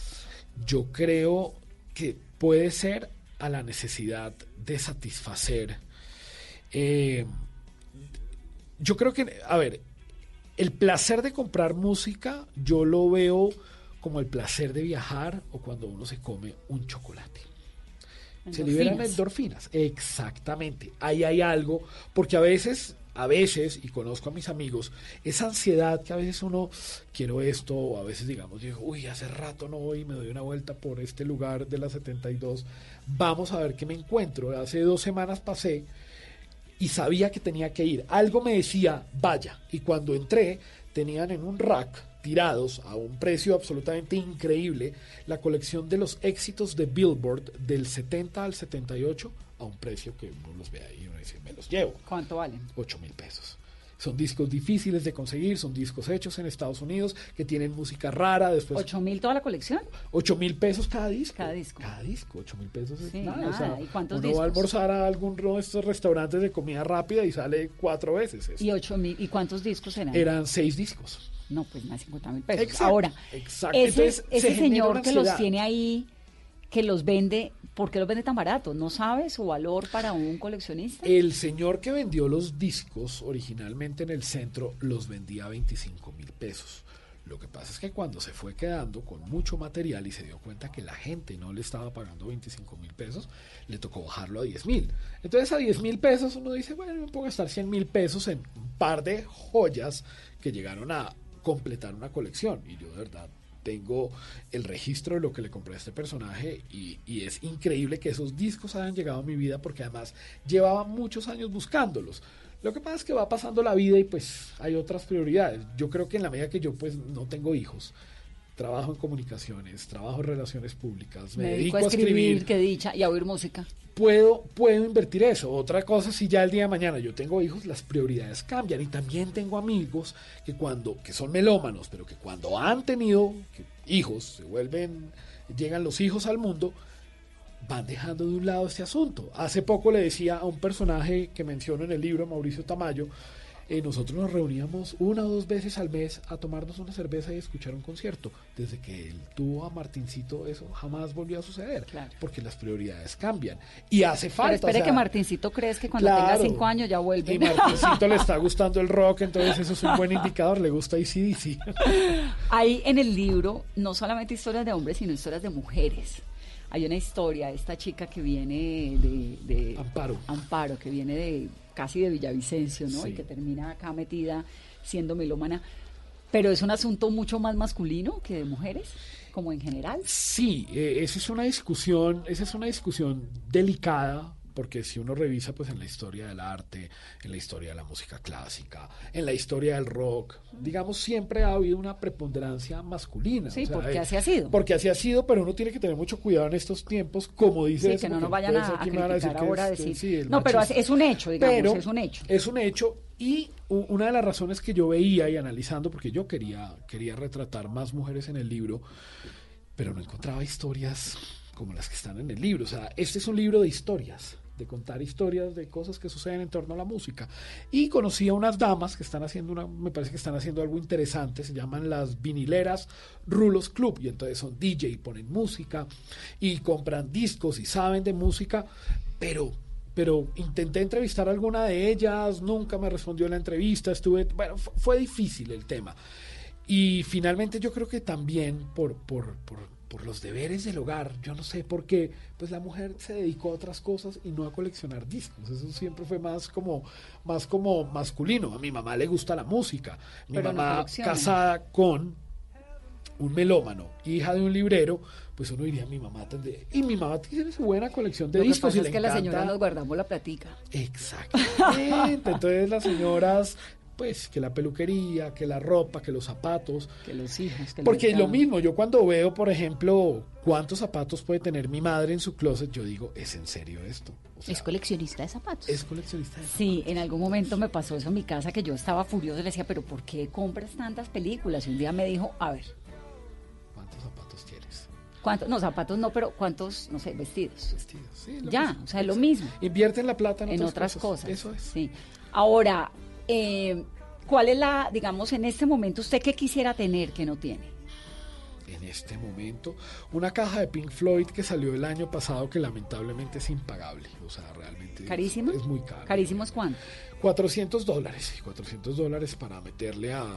Yo creo que puede ser a la necesidad de satisfacer. eh, yo creo que, a ver, el placer de comprar música yo lo veo como el placer de viajar o cuando uno se come un chocolate. Se liberan Endorfinas. endorfinas, exactamente. Ahí hay algo, porque a veces, a veces, y conozco a mis amigos, esa ansiedad que a veces uno, quiero esto, o a veces digamos, digo, uy, hace rato no voy, me doy una vuelta por este lugar de la setenta y dos, vamos a ver qué me encuentro. Hace dos semanas pasé y sabía que tenía que ir. Algo me decía, vaya, y cuando entré, tenían en un rack tirados a un precio absolutamente increíble la colección de los éxitos de Billboard del setenta al setenta y ocho a un precio que uno los ve ahí y uno dice, me los llevo. ¿Cuánto valen? ocho mil pesos. Son discos difíciles de conseguir, son discos hechos en Estados Unidos que tienen música rara. Después ¿Ocho mil toda la colección? ocho mil pesos cada disco. Cada disco. Cada disco, ocho mil pesos es Sí, nada. nada. O sea, ¿Y cuántos uno discos? va a almorzar a alguno de estos restaurantes de comida rápida y sale cuatro veces eso. ¿Y ocho mil? ¿Y cuántos discos eran? Eran seis discos. No, pues más de cincuenta mil pesos. Exacto, Ahora, exacto. ese, Entonces, se ese genera señor una que los ansiedad. tiene ahí, que los vende, ¿por qué los vende tan baratos? ¿No sabe su valor para un coleccionista? El señor que vendió los discos originalmente en el centro los vendía a veinticinco mil pesos. Lo que pasa es que cuando se fue quedando con mucho material y se dio cuenta que la gente no le estaba pagando veinticinco mil pesos, le tocó bajarlo a diez mil. Entonces a diez mil pesos uno dice, bueno, me puedo gastar cien mil pesos en un par de joyas que llegaron a completar una colección. Y yo de verdad tengo el registro de lo que le compré a este personaje y, y es increíble que esos discos hayan llegado a mi vida porque además llevaba muchos años buscándolos. Lo que pasa es que va pasando la vida y pues hay otras prioridades. Yo creo que en la medida que yo pues no tengo hijos, trabajo en comunicaciones, trabajo en relaciones públicas, me, Me dedico dedico a escribir, escribir, qué dicha, y a oír música. Puedo, puedo invertir eso. Otra cosa, si ya el día de mañana yo tengo hijos, las prioridades cambian. Y también tengo amigos que cuando, que son melómanos, pero que cuando han tenido hijos, se vuelven, llegan los hijos al mundo, van dejando de un lado este asunto. Hace poco le decía a un personaje que menciono en el libro, Mauricio Tamayo, eh, nosotros nos reuníamos una o dos veces al mes a tomarnos una cerveza y escuchar un concierto. Desde que él tuvo a Martincito, eso jamás volvió a suceder, claro, porque las prioridades cambian y hace falta. Pero espere, o sea, que Martincito crees que cuando claro, tenga cinco años ya vuelve. Y Martincito le está gustando el rock, entonces eso es un buen indicador, le gusta A C D C. Hay en el libro no solamente historias de hombres, sino historias de mujeres. Hay una historia, esta chica que viene de, de Amparo. Amparo, que viene de casi de Villavicencio, ¿no? Sí. Y que termina acá metida siendo melómana. Pero es un asunto mucho más masculino que de mujeres, como en general. Sí, eh, esa es una discusión, esa es una discusión delicada, porque si uno revisa pues en la historia del arte, en la historia de la música clásica, en la historia del rock, digamos, siempre ha habido una preponderancia masculina. Sí, o sea, porque eh, así ha sido. Porque así ha sido, pero uno tiene que tener mucho cuidado en estos tiempos, como dice Sí, eso, que no nos porque vayan puede a, ser a que me van criticar decir que ahora, es- decir... sí, el no, pero machismo. es un hecho, digamos, Pero es un hecho. Es un hecho, y u- una de las razones que yo veía y analizando, porque yo quería, quería retratar más mujeres en el libro, pero no encontraba historias como las que están en el libro. O sea, este es un libro de historias, de contar historias de cosas que suceden en torno a la música. Y conocí a unas damas que están haciendo una, me parece que están haciendo algo interesante, se llaman las Vinileras Rulos Club, y entonces son D J, ponen música y compran discos y saben de música, pero pero intenté entrevistar a alguna de ellas, nunca me respondió la entrevista, estuve, bueno, f- fue difícil el tema. Y finalmente yo creo que también por, por, por, por los deberes del hogar, yo no sé por qué, pues la mujer se dedicó a otras cosas y no a coleccionar discos. Eso siempre fue más como, más como masculino. A mi mamá le gusta la música. Mi Pero no mamá colecciona. casada con un melómano, hija de un librero, pues uno diría, mi mamá tendría... Y mi mamá tiene su buena colección de Lo que discos pasa y es le que la encanta... señora nos guardamos la platica. Exactamente. Entonces las señoras, pues que la peluquería, que la ropa, que los zapatos, que los hijos, que el porque mercado. lo mismo, yo cuando veo, por ejemplo, cuántos zapatos puede tener mi madre en su closet, yo digo, ¿es en serio esto? O sea, Es coleccionista de zapatos. es coleccionista de Sí, en algún momento me pasó eso en mi casa, que yo estaba furiosa y le decía, pero ¿por qué compras tantas películas? Y un día me dijo, a ver, ¿cuántos zapatos tienes? ¿cuántos? No, zapatos no, pero ¿cuántos, no sé, vestidos? Vestidos, sí. Lo Ya, mismo. o sea, lo mismo. Invierten la plata en, En otras, otras cosas. Eso es. Sí. Ahora, eh, ¿cuál es la, digamos, en este momento, usted qué quisiera tener que no tiene? En este momento, una caja de Pink Floyd que salió el año pasado que lamentablemente es impagable. O sea, realmente es- ¿Carísimo? Es, muy caro. ¿Carísimo es cuánto? cuatrocientos dólares. Y cuatrocientos dólares para meterle a,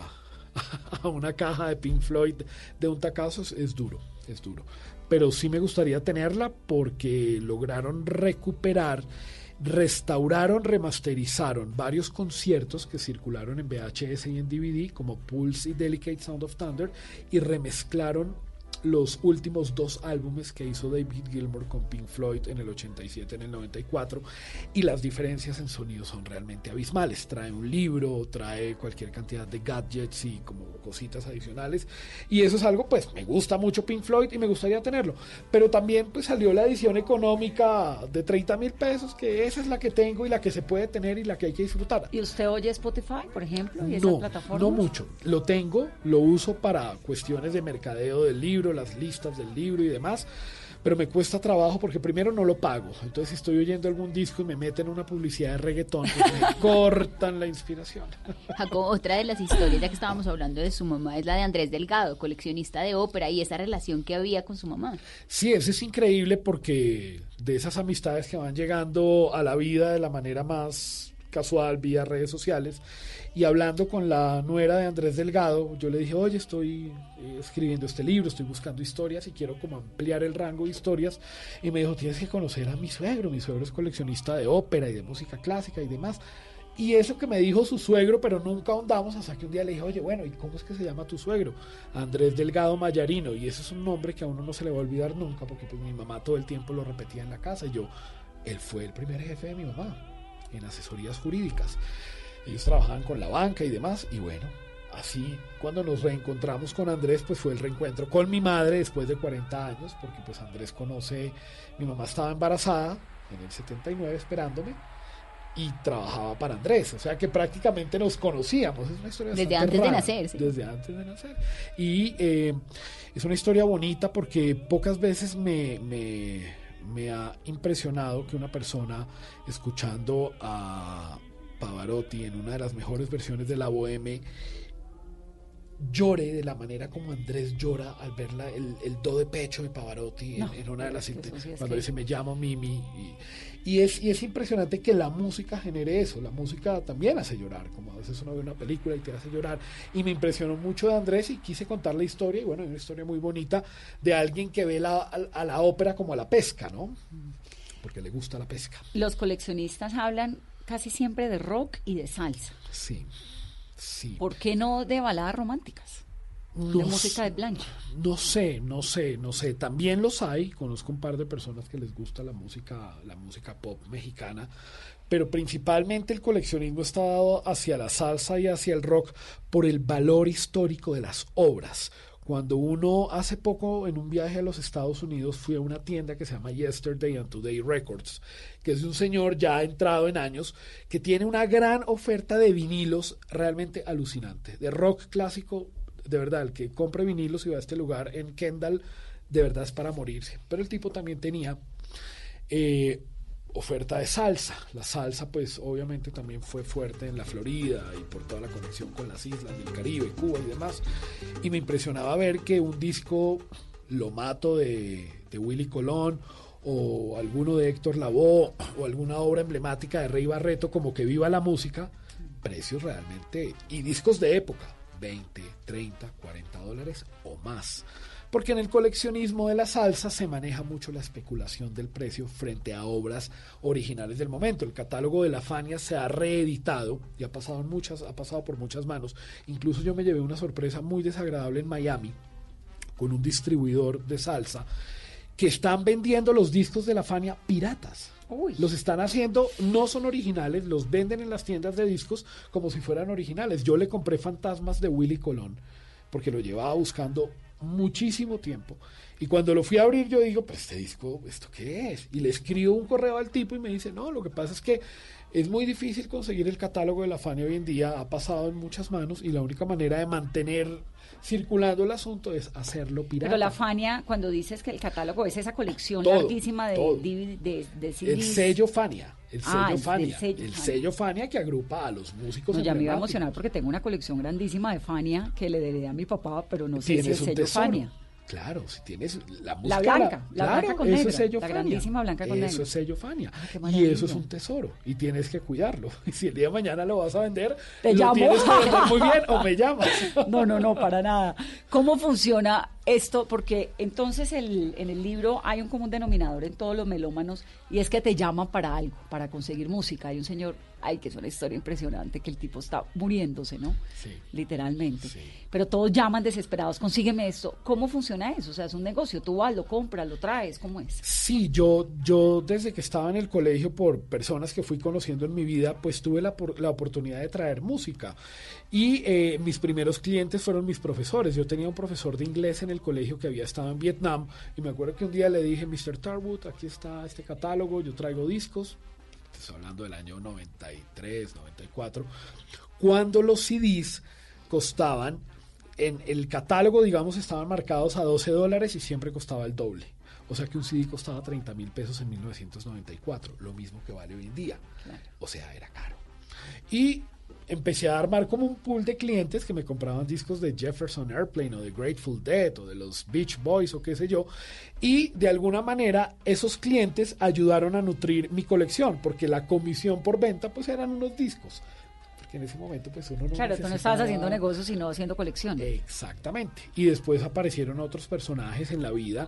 a una caja de Pink Floyd de un tacazo es, es duro, es duro. Pero sí me gustaría tenerla porque lograron recuperar, restauraron, remasterizaron varios conciertos que circularon en V H S y en D V D, como Pulse y Delicate Sound of Thunder, y remezclaron los últimos dos álbumes que hizo David Gilmour con Pink Floyd en el ochenta y siete, en el noventa y cuatro, y las diferencias en sonido son realmente abismales. Trae un libro, trae cualquier cantidad de gadgets y como cositas adicionales, y eso es algo, pues me gusta mucho Pink Floyd y me gustaría tenerlo, pero también pues salió la edición económica de treinta mil pesos, que esa es la que tengo y la que se puede tener y la que hay que disfrutar. ¿Y usted oye Spotify, por ejemplo, y esas No, plataformas? no mucho. Lo tengo, lo uso para cuestiones de mercadeo del libro, las listas del libro y demás, pero me cuesta trabajo porque primero no lo pago. Entonces si estoy oyendo algún disco y me meten una publicidad de reggaetón, pues me cortan la inspiración. Jacob, otra de las historias, ya que estábamos hablando de su mamá, es la de Andrés Delgado, coleccionista de ópera, y esa relación que había con su mamá. Sí, eso es increíble porque de esas amistades que van llegando a la vida de la manera más casual, vía redes sociales, y hablando con la nuera de Andrés Delgado, yo le dije, oye, estoy eh, escribiendo este libro, estoy buscando historias y quiero como ampliar el rango de historias, y me dijo, tienes que conocer a mi suegro, mi suegro es coleccionista de ópera y de música clásica y demás. Y eso que me dijo su suegro, pero nunca ahondamos hasta que un día le dije, oye, bueno, ¿y cómo es que se llama tu suegro? Andrés Delgado Mayarino, y ese es un nombre que a uno no se le va a olvidar nunca, porque pues mi mamá todo el tiempo lo repetía en la casa, y yo, él fue el primer jefe de mi mamá en asesorías jurídicas. Ellos trabajaban con la banca y demás, y bueno, así cuando nos reencontramos con Andrés, pues fue el reencuentro con mi madre después de cuarenta años, porque pues Andrés conoce, mi mamá estaba embarazada en el setenta y nueve esperándome y trabajaba para Andrés, o sea que prácticamente nos conocíamos. Es una historia desde antes rara, de nacer, sí. Desde antes de nacer. Y eh, es una historia bonita porque pocas veces me, me, me ha impresionado que una persona escuchando a Pavarotti en una de las mejores versiones de la Bohème llore de la manera como Andrés llora al ver la, el, el do de pecho de Pavarotti no, en, en una de las sí cuando dice me llamo Mimi y, y, es, y es impresionante que la música genere eso. La música también hace llorar, como a veces uno ve una película y te hace llorar, y me impresionó mucho de Andrés y quise contar la historia, y bueno, es una historia muy bonita de alguien que ve la, a, a la ópera como a la pesca, ¿no? Porque le gusta la pesca. Los coleccionistas hablan casi siempre de rock y de salsa. Sí. Sí. ¿Por qué no de baladas románticas? No, de música de plancha. No sé, no sé, no sé. También los hay. Conozco un par de personas que les gusta la música, la música pop mexicana, pero principalmente el coleccionismo está dado hacia la salsa y hacia el rock por el valor histórico de las obras. Cuando uno, hace poco en un viaje a los Estados Unidos, fui a una tienda que se llama Yesterday and Today Records, que es de un señor ya entrado en años, que tiene una gran oferta de vinilos realmente alucinante, de rock clásico, de verdad. El que compre vinilos y va a este lugar en Kendall, de verdad es para morirse. Pero el tipo también tenía eh, oferta de salsa. La salsa pues obviamente también fue fuerte en la Florida y por toda la conexión con las islas del Caribe, Cuba y demás, y me impresionaba ver que un disco Lo Mato de, de Willy Colón o alguno de Héctor Lavoe o alguna obra emblemática de Rey Barreto como que Viva la Música, precios realmente, y discos de época, veinte, treinta, cuarenta dólares o más. Porque en el coleccionismo de la salsa se maneja mucho la especulación del precio frente a obras originales del momento. El catálogo de la Fania se ha reeditado y ha pasado, en muchas, ha pasado por muchas manos. Incluso yo me llevé una sorpresa muy desagradable en Miami con un distribuidor de salsa que están vendiendo los discos de la Fania piratas. Uy. Los están haciendo, no son originales, los venden en las tiendas de discos como si fueran originales. Yo le compré Fantasmas de Willy Colón porque lo llevaba buscando muchísimo tiempo, y cuando lo fui a abrir yo digo, pues este disco, ¿esto qué es? Y le escribo un correo al tipo y me dice, no, lo que pasa es que es muy difícil conseguir el catálogo de la Fania hoy en día, ha pasado en muchas manos y la única manera de mantener circulando el asunto es hacerlo pirata. Pero la Fania, cuando dices que el catálogo es esa colección todo, larguísima de, todo. de, de, de C Ds. El sello Fania. El sello, ah, Fania, el, sello, el Fania. sello Fania que agrupa a los músicos. No, ya me iba a emocionar porque tengo una colección grandísima de Fania que le heredé a mi papá, pero no sé si es sello tesoro. Fania. Claro, si tienes la música... La blanca, la, la claro, blanca con eso negro, es sello la Fania. grandísima blanca con eso negro. Eso es sello Fania. Ay, y eso es un tesoro, y tienes que cuidarlo. Y si el día de mañana lo vas a vender, ¿te lo llamo? Tienes que vender muy bien o me llamas. No, no, no, para nada. ¿Cómo funciona esto? Porque entonces el, en el libro hay un común denominador en todos los melómanos, y es que te llaman para algo, para conseguir música. Hay un señor, ay, que es una historia impresionante, que el tipo está muriéndose, ¿no? Sí. Literalmente. Sí. Pero todos llaman desesperados, consígueme esto. ¿Cómo funciona eso? O sea, es un negocio, tú vas, lo compras, lo traes, ¿cómo es? Sí, yo, yo desde que estaba en el colegio, por personas que fui conociendo en mi vida, pues tuve la, la oportunidad de traer música. Y eh, mis primeros clientes fueron mis profesores. Yo tenía un profesor de inglés en el colegio que había estado en Vietnam, y me acuerdo que un día le dije, mister Tarwood, aquí está este catálogo, yo traigo discos. Estoy hablando del año noventa y tres, noventa y cuatro, cuando los C Ds costaban, en el catálogo, digamos, estaban marcados a doce dólares y siempre costaba el doble. O sea que un C D costaba treinta mil pesos en mil novecientos noventa y cuatro, lo mismo que vale hoy en día. Claro. O sea, era caro. Y empecé a armar como un pool de clientes que me compraban discos de Jefferson Airplane o de Grateful Dead o de los Beach Boys o qué sé yo, y de alguna manera esos clientes ayudaron a nutrir mi colección, porque la comisión por venta pues eran unos discos, porque en ese momento pues uno no claro, necesitaba... tú no estabas haciendo negocios sino haciendo colección. Exactamente, y después aparecieron otros personajes en la vida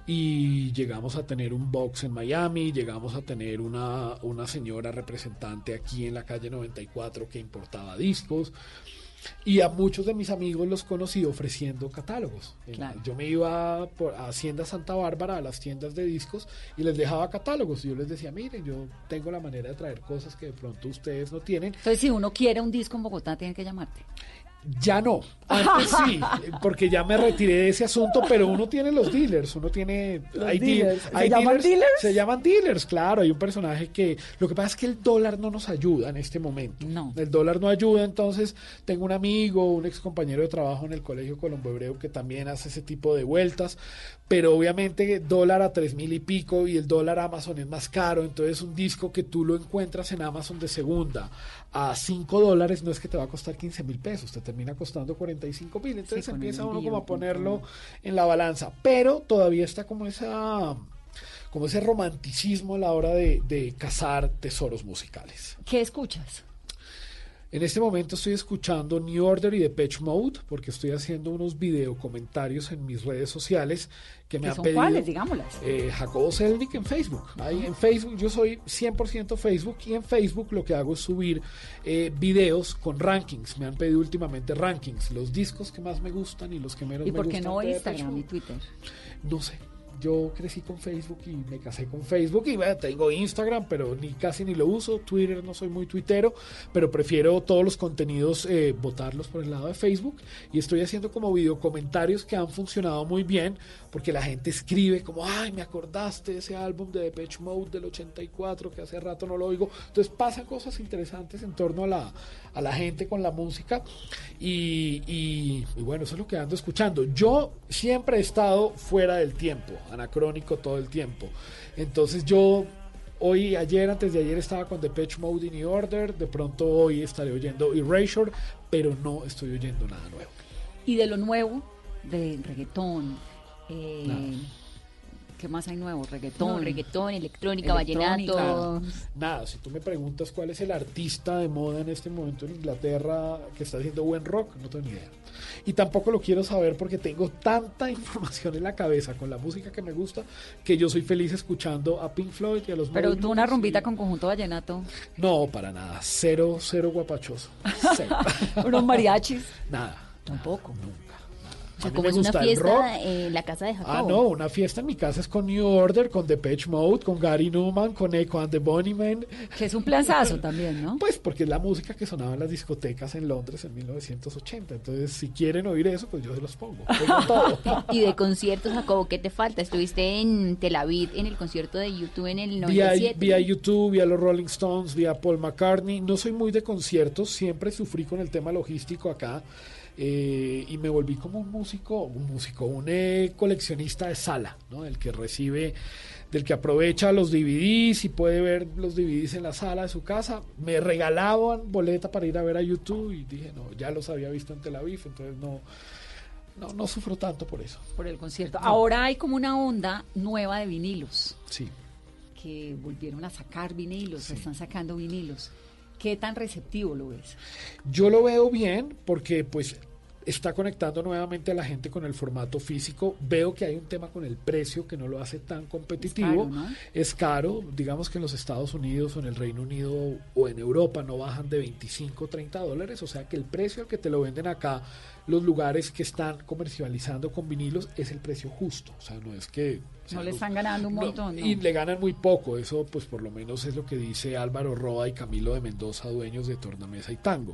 y llegamos a tener un box en Miami, llegamos a tener una, una señora representante aquí en la calle noventa y cuatro que importaba discos, y a muchos de mis amigos los conocí ofreciendo catálogos. Claro. Yo me iba por, a Hacienda Santa Bárbara, a las tiendas de discos, y les dejaba catálogos. Y yo les decía, miren, yo tengo la manera de traer cosas que de pronto ustedes no tienen. Entonces, si uno quiere un disco en Bogotá, tiene que llamarte. Ya no, antes sí, porque ya me retiré de ese asunto, pero uno tiene los dealers, uno tiene... Los hay dealers. di- ¿Se hay llaman dealers? Se llaman dealers, claro, hay un personaje que... Lo que pasa es que el dólar no nos ayuda en este momento. No. El dólar no ayuda, entonces tengo un amigo, un ex compañero de trabajo en el Colegio Colombo Hebreo que también hace ese tipo de vueltas, pero obviamente dólar a tres mil y pico y el dólar Amazon es más caro, entonces un disco que tú lo encuentras en Amazon de segunda a cinco dólares no es que te va a costar quince mil pesos, te termina costando cuarenta y cinco mil, entonces Sí, con el empieza uno envío, como a con ponerlo todo. en la balanza, pero todavía está como esa como ese romanticismo a la hora de, de cazar tesoros musicales. ¿Qué escuchas? En este momento estoy escuchando New Order y Depeche Mode porque estoy haciendo unos video comentarios en mis redes sociales que me ¿Qué han son pedido. cuáles? Digámoslas. Eh, Jacobo Selnick en Facebook. Ahí en Facebook yo soy cien por ciento Facebook y en Facebook lo que hago es subir eh, videos con rankings. Me han pedido últimamente rankings, los discos que más me gustan y los que menos ¿Y me por gustan. qué no de Depeche Instagram y Mode. Twitter? No sé. Yo crecí con Facebook y me casé con Facebook y bueno, tengo Instagram, pero ni casi ni lo uso. Twitter no soy muy tuitero, pero prefiero todos los contenidos eh, botarlos por el lado de Facebook y estoy haciendo como video comentarios que han funcionado muy bien porque la gente escribe como, ay, me acordaste de ese álbum de Depeche Mode del ochenta y cuatro que hace rato no lo oigo. Entonces pasan cosas interesantes en torno a la, a la gente con la música y, y, y bueno, eso es lo que ando escuchando. Yo siempre he estado fuera del tiempo, anacrónico todo el tiempo. Entonces yo hoy, ayer, antes de ayer estaba con Depeche Mode y New Order, de pronto hoy estaré oyendo Erasure, pero no estoy oyendo nada nuevo. Y de lo nuevo, de reggaetón, eh, Nada. ¿qué más hay nuevo? Reggaetón. No, reggaetón, electrónica, Electrónica. vallenato. Nada, si tú me preguntas cuál es el artista de moda en este momento en Inglaterra que está haciendo buen rock, no tengo ni idea. Y tampoco lo quiero saber porque tengo tanta información en la cabeza con la música que me gusta que yo soy feliz escuchando a Pink Floyd y a los Pero Moby tú una Blues rumbita y- con conjunto vallenato, No, para nada. Cero, cero guapachoso. Cero. unos mariachis. Nada. Tampoco. Nunca. O sea, A mí como me es una gusta el rock. fiesta en la casa de Jacobo. Ah, no, una fiesta en mi casa es con New Order, con Depeche Mode, con Gary Numan, con Echo and the Bunnymen. Que es un planzazo también, ¿no? Pues porque es la música que sonaba en las discotecas en Londres en mil novecientos ochenta. Entonces, si quieren oír eso, pues yo se los pongo. Pongo todo. Y de conciertos, Jacobo, ¿qué te falta? Estuviste en Tel Aviv en el concierto de YouTube en el Vía, noventa y siete. vía YouTube, vía los Rolling Stones, vía Paul McCartney. No soy muy de conciertos, siempre sufrí con el tema logístico acá. Eh, y me volví como un músico, un músico, un eh, coleccionista de sala, ¿no? El que recibe, del que aprovecha los D V Ds y puede ver los D V Ds en la sala de su casa. Me regalaban boleta para ir a ver a YouTube y dije, no, ya los había visto en Tel Aviv, entonces no, no, no sufro tanto por eso. Por el concierto. Ahora hay como una onda nueva de vinilos, Sí. que volvieron a sacar vinilos, están sacando vinilos. ¿Qué tan receptivo lo ves? Yo lo veo bien porque pues está conectando nuevamente a la gente con el formato físico. Veo que hay un tema con el precio que no lo hace tan competitivo. Es caro, ¿no? Es caro. Digamos que en los Estados Unidos o en el Reino Unido o en Europa no bajan de veinticinco, treinta dólares. O sea que el precio al que te lo venden acá, los lugares que están comercializando con vinilos, es el precio justo. O sea, no es que... o sea, No le los- están ganando un no, montón, ¿no? Y le ganan muy poco. Eso pues por lo menos es lo que dice Álvaro Roa y Camilo de Mendoza, dueños de Tornamesa y Tango.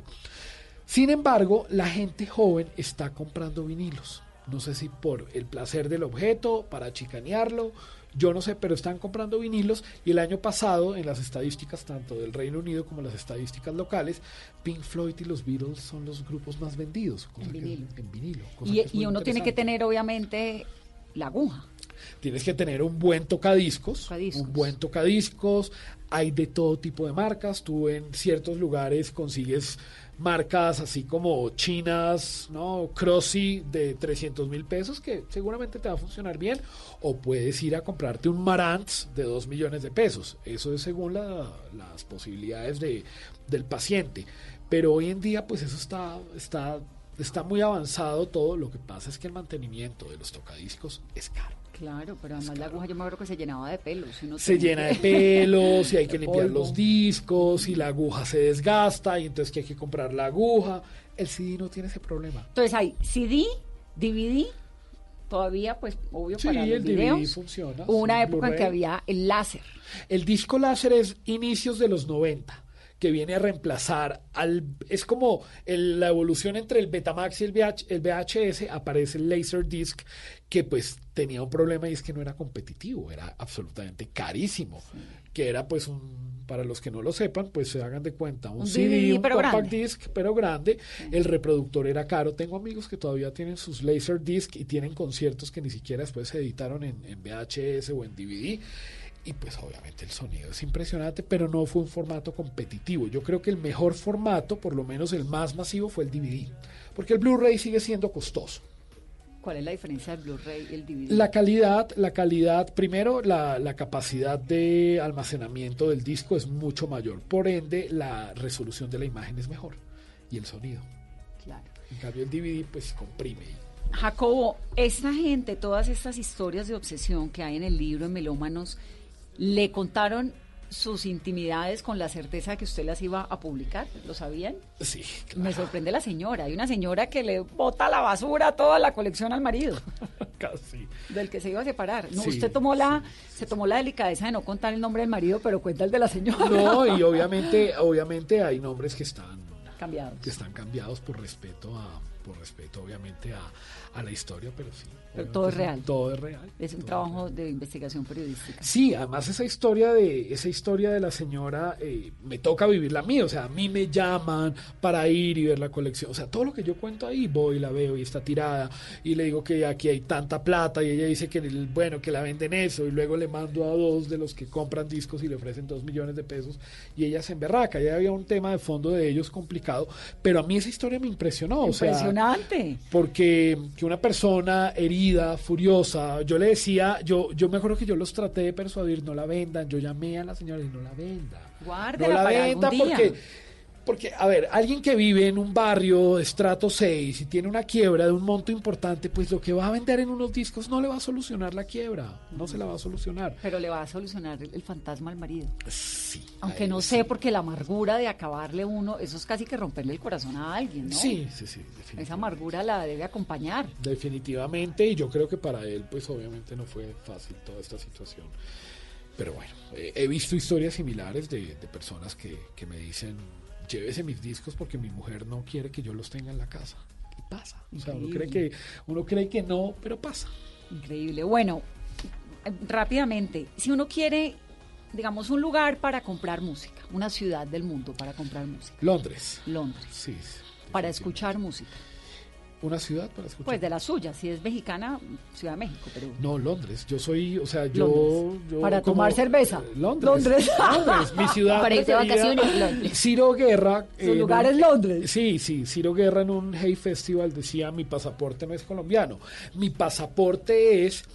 Sin embargo, la gente joven está comprando vinilos. No sé si por el placer del objeto, para chicanearlo, yo no sé, pero están comprando vinilos y el año pasado, en las estadísticas tanto del Reino Unido como las estadísticas locales, Pink Floyd y los Beatles son los grupos más vendidos. cosa En que- vinilo. en vinilo, cosa Y, que es y muy uno tiene que interesante. tener, obviamente, la aguja. Tienes que tener un buen tocadiscos, Tocadiscos. un buen tocadiscos, hay de todo tipo de marcas, tú en ciertos lugares consigues marcas así como chinas, ¿no? Crossy de trescientos mil pesos que seguramente te va a funcionar bien, o puedes ir a comprarte un Marantz de dos millones de pesos, eso es según la- las posibilidades de, del paciente, pero hoy en día pues eso está, está, está muy avanzado todo, lo que pasa es que el mantenimiento de los tocadiscos es caro. Claro, pero además la aguja yo me acuerdo que se llenaba de pelos. y uno Se tenía llena de pelos y hay que de limpiar polvo. los discos y la aguja se desgasta y entonces que hay que comprar la aguja. El C D no tiene ese problema. Entonces hay C D, D V D, todavía pues obvio Sí, para los el D V D videos. funciona, Hubo una sí, época en que Blu-ray. había el láser. El disco láser es inicios de los noventa, que viene a reemplazar al... Es como el, la evolución entre el Betamax y el, V H, el V H S, aparece el Laserdisc, que pues tenía un problema y es que no era competitivo, era absolutamente carísimo, sí. que era pues un... Para los que no lo sepan, pues se hagan de cuenta, un, un C D, D V D, un compact grande. disc, pero grande, sí. el reproductor era caro. Tengo amigos que todavía tienen sus Laserdisc y tienen conciertos que ni siquiera después se editaron en, en V H S o en D V D. Y pues obviamente el sonido es impresionante, pero no fue un formato competitivo. Yo creo que el mejor formato, por lo menos el más masivo, fue el D V D, porque el Blu-ray sigue siendo costoso. ¿Cuál es la diferencia del Blu-ray y el D V D? La calidad, la calidad, primero la, la capacidad de almacenamiento del disco es mucho mayor, por ende la resolución de la imagen es mejor y el sonido. Claro. En cambio el D V D pues comprime. Jacobo, esta gente, todas estas historias de obsesión que hay en el libro en Melómanos, ¿le contaron sus intimidades con la certeza de que usted las iba a publicar? ¿Lo sabían? Sí, claro. Me sorprende la señora. Hay una señora que le bota la basura toda la colección al marido. Casi. Del que se iba a separar. No, sí, usted tomó la, sí. se tomó la delicadeza de no contar el nombre del marido, pero cuenta el de la señora. No, y obviamente, obviamente hay nombres que están cambiados. Que están cambiados por respeto a, por respeto obviamente a, a la historia, pero sí. Pero todo es real. Todo es real. Es un trabajo de investigación periodística. Sí, además esa historia de esa historia de la señora eh, me toca vivirla a mí, o sea, a mí me llaman para ir y ver la colección, o sea, todo lo que yo cuento ahí, voy, la veo y está tirada y le digo que aquí hay tanta plata y ella dice que bueno, que la venden eso y luego le mando a dos de los que compran discos y le ofrecen dos millones de pesos y ella se emberraca, ya había un tema de fondo de ellos complicado, pero a mí esa historia me impresionó. Impresionante. O sea, porque que una persona herida, furiosa, yo le decía, yo yo me acuerdo que yo los traté de persuadir, no la vendan, yo llamé a la señora y no la venda. Guárdela no la para venda algún día. porque porque a ver, alguien que vive en un barrio de estrato seis y tiene una quiebra de un monto importante, pues lo que va a vender en unos discos no le va a solucionar la quiebra, no se la va a solucionar. Pero le va a solucionar el, el fantasma al marido. Sí. Aunque no sé, porque la amargura de acabarle uno, eso es casi que romperle el corazón a alguien, ¿no? Sí, sí, sí. Esa amargura la debe acompañar. Definitivamente, y yo creo que para él, pues obviamente no fue fácil toda esta situación. Pero bueno, eh, he visto historias similares de, de personas que, que me dicen, llévese mis discos porque mi mujer no quiere que yo los tenga en la casa. Y pasa. O sea, uno cree que, uno cree que no, pero pasa. Increíble. Bueno, rápidamente, si uno quiere, digamos, un lugar para comprar música, una ciudad del mundo para comprar música. Londres. Londres. Sí. Para escuchar música. ¿Una ciudad para escuchar? Pues de la suya, si es mexicana, Ciudad de México, pero... No, Londres, yo soy, o sea, yo... yo para como, tomar cerveza. Eh, Londres. Londres. Londres, mi ciudad para irse de preferida. vacaciones, Londres. Ciro Guerra... Su eh, lugar no, es Londres. Sí, sí, Ciro Guerra en un Hey Festival decía, mi pasaporte no es colombiano, mi pasaporte es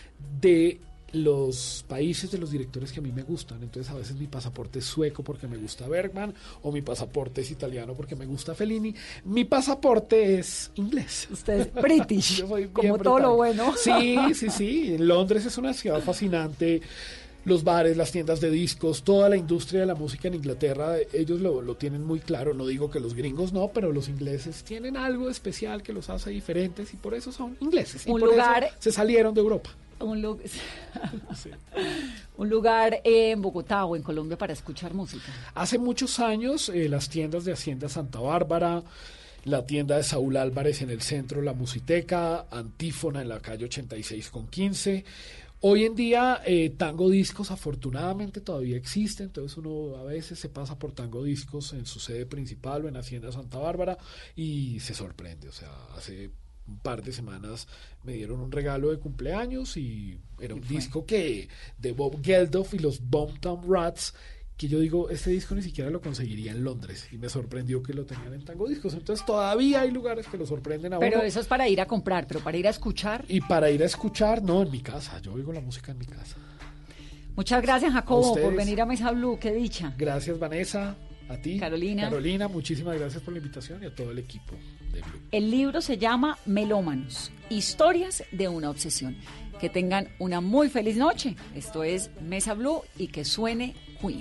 de los países de los directores que a mí me gustan. Entonces a veces mi pasaporte es sueco porque me gusta Bergman, o mi pasaporte es italiano porque me gusta Fellini. Mi pasaporte es inglés. Usted es British, Yo soy como todo lo bueno. Sí, sí, sí. Londres es una ciudad fascinante. Los bares, las tiendas de discos, toda la industria de la música en Inglaterra, ellos lo, lo tienen muy claro. No digo que los gringos no, pero los ingleses tienen algo especial que los hace diferentes y por eso son ingleses. Y un por lugar eso se salieron de Europa. Un, lu sí. un lugar en Bogotá o en Colombia para escuchar música. Hace muchos años eh, las tiendas de Hacienda Santa Bárbara, la tienda de Saúl Álvarez en el centro, la Musiteca, Antífona en la calle ochenta y seis con quince. Hoy en día eh, Tango Discos afortunadamente todavía existe, entonces uno a veces se pasa por Tango Discos en su sede principal o en Hacienda Santa Bárbara y se sorprende. O sea, hace un par de semanas me dieron un regalo de cumpleaños y era un disco que de Bob Geldof y los Bomb Tom Rats, que yo digo, este disco ni siquiera lo conseguiría en Londres y me sorprendió que lo tenían en Tango Discos. Entonces todavía hay lugares que lo sorprenden a uno. Pero eso es para ir a comprar, pero para ir a escuchar. Y para ir a escuchar, no, en mi casa. Yo oigo la música en mi casa. Muchas gracias, Jacobo, por venir a Mesa Blue. Qué dicha. Gracias, Vanessa. A ti, Carolina. Carolina, muchísimas gracias por la invitación y a todo el equipo de Blue. El libro se llama Melómanos, historias de una obsesión. Que tengan una muy feliz noche. Esto es Mesa Blue y que suene Queen.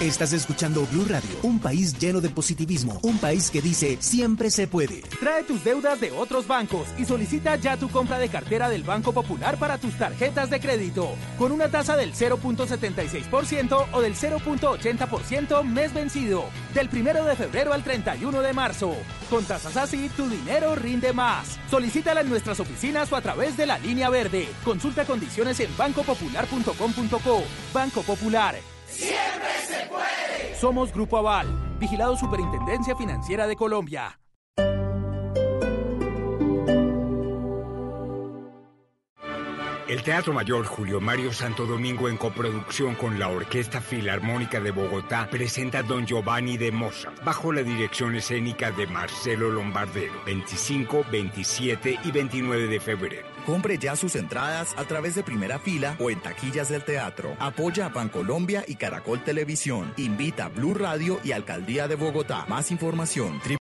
Estás escuchando Blue Radio, un país lleno de positivismo, un país que dice siempre se puede. Trae tus deudas de otros bancos y solicita ya tu compra de cartera del Banco Popular para tus tarjetas de crédito, con una tasa del cero punto setenta y seis por ciento o del cero punto ochenta por ciento mes vencido, del primero de febrero al treinta y uno de marzo. Con tasas así, tu dinero rinde más. Solicítala en nuestras oficinas o a través de la línea verde. Consulta condiciones en banco popular punto com punto co. Banco Popular. ¡Siempre se puede! Somos Grupo Aval, vigilado Superintendencia Financiera de Colombia. El Teatro Mayor Julio Mario Santo Domingo, en coproducción con la Orquesta Filarmónica de Bogotá, presenta Don Giovanni de Mozart, bajo la dirección escénica de Marcelo Lombardero, veinticinco, veintisiete y veintinueve de febrero. Compre ya sus entradas a través de Primera Fila o en taquillas del teatro. Apoya a Bancolombia y Caracol Televisión. Invita a Blue Radio y Alcaldía de Bogotá. Más información.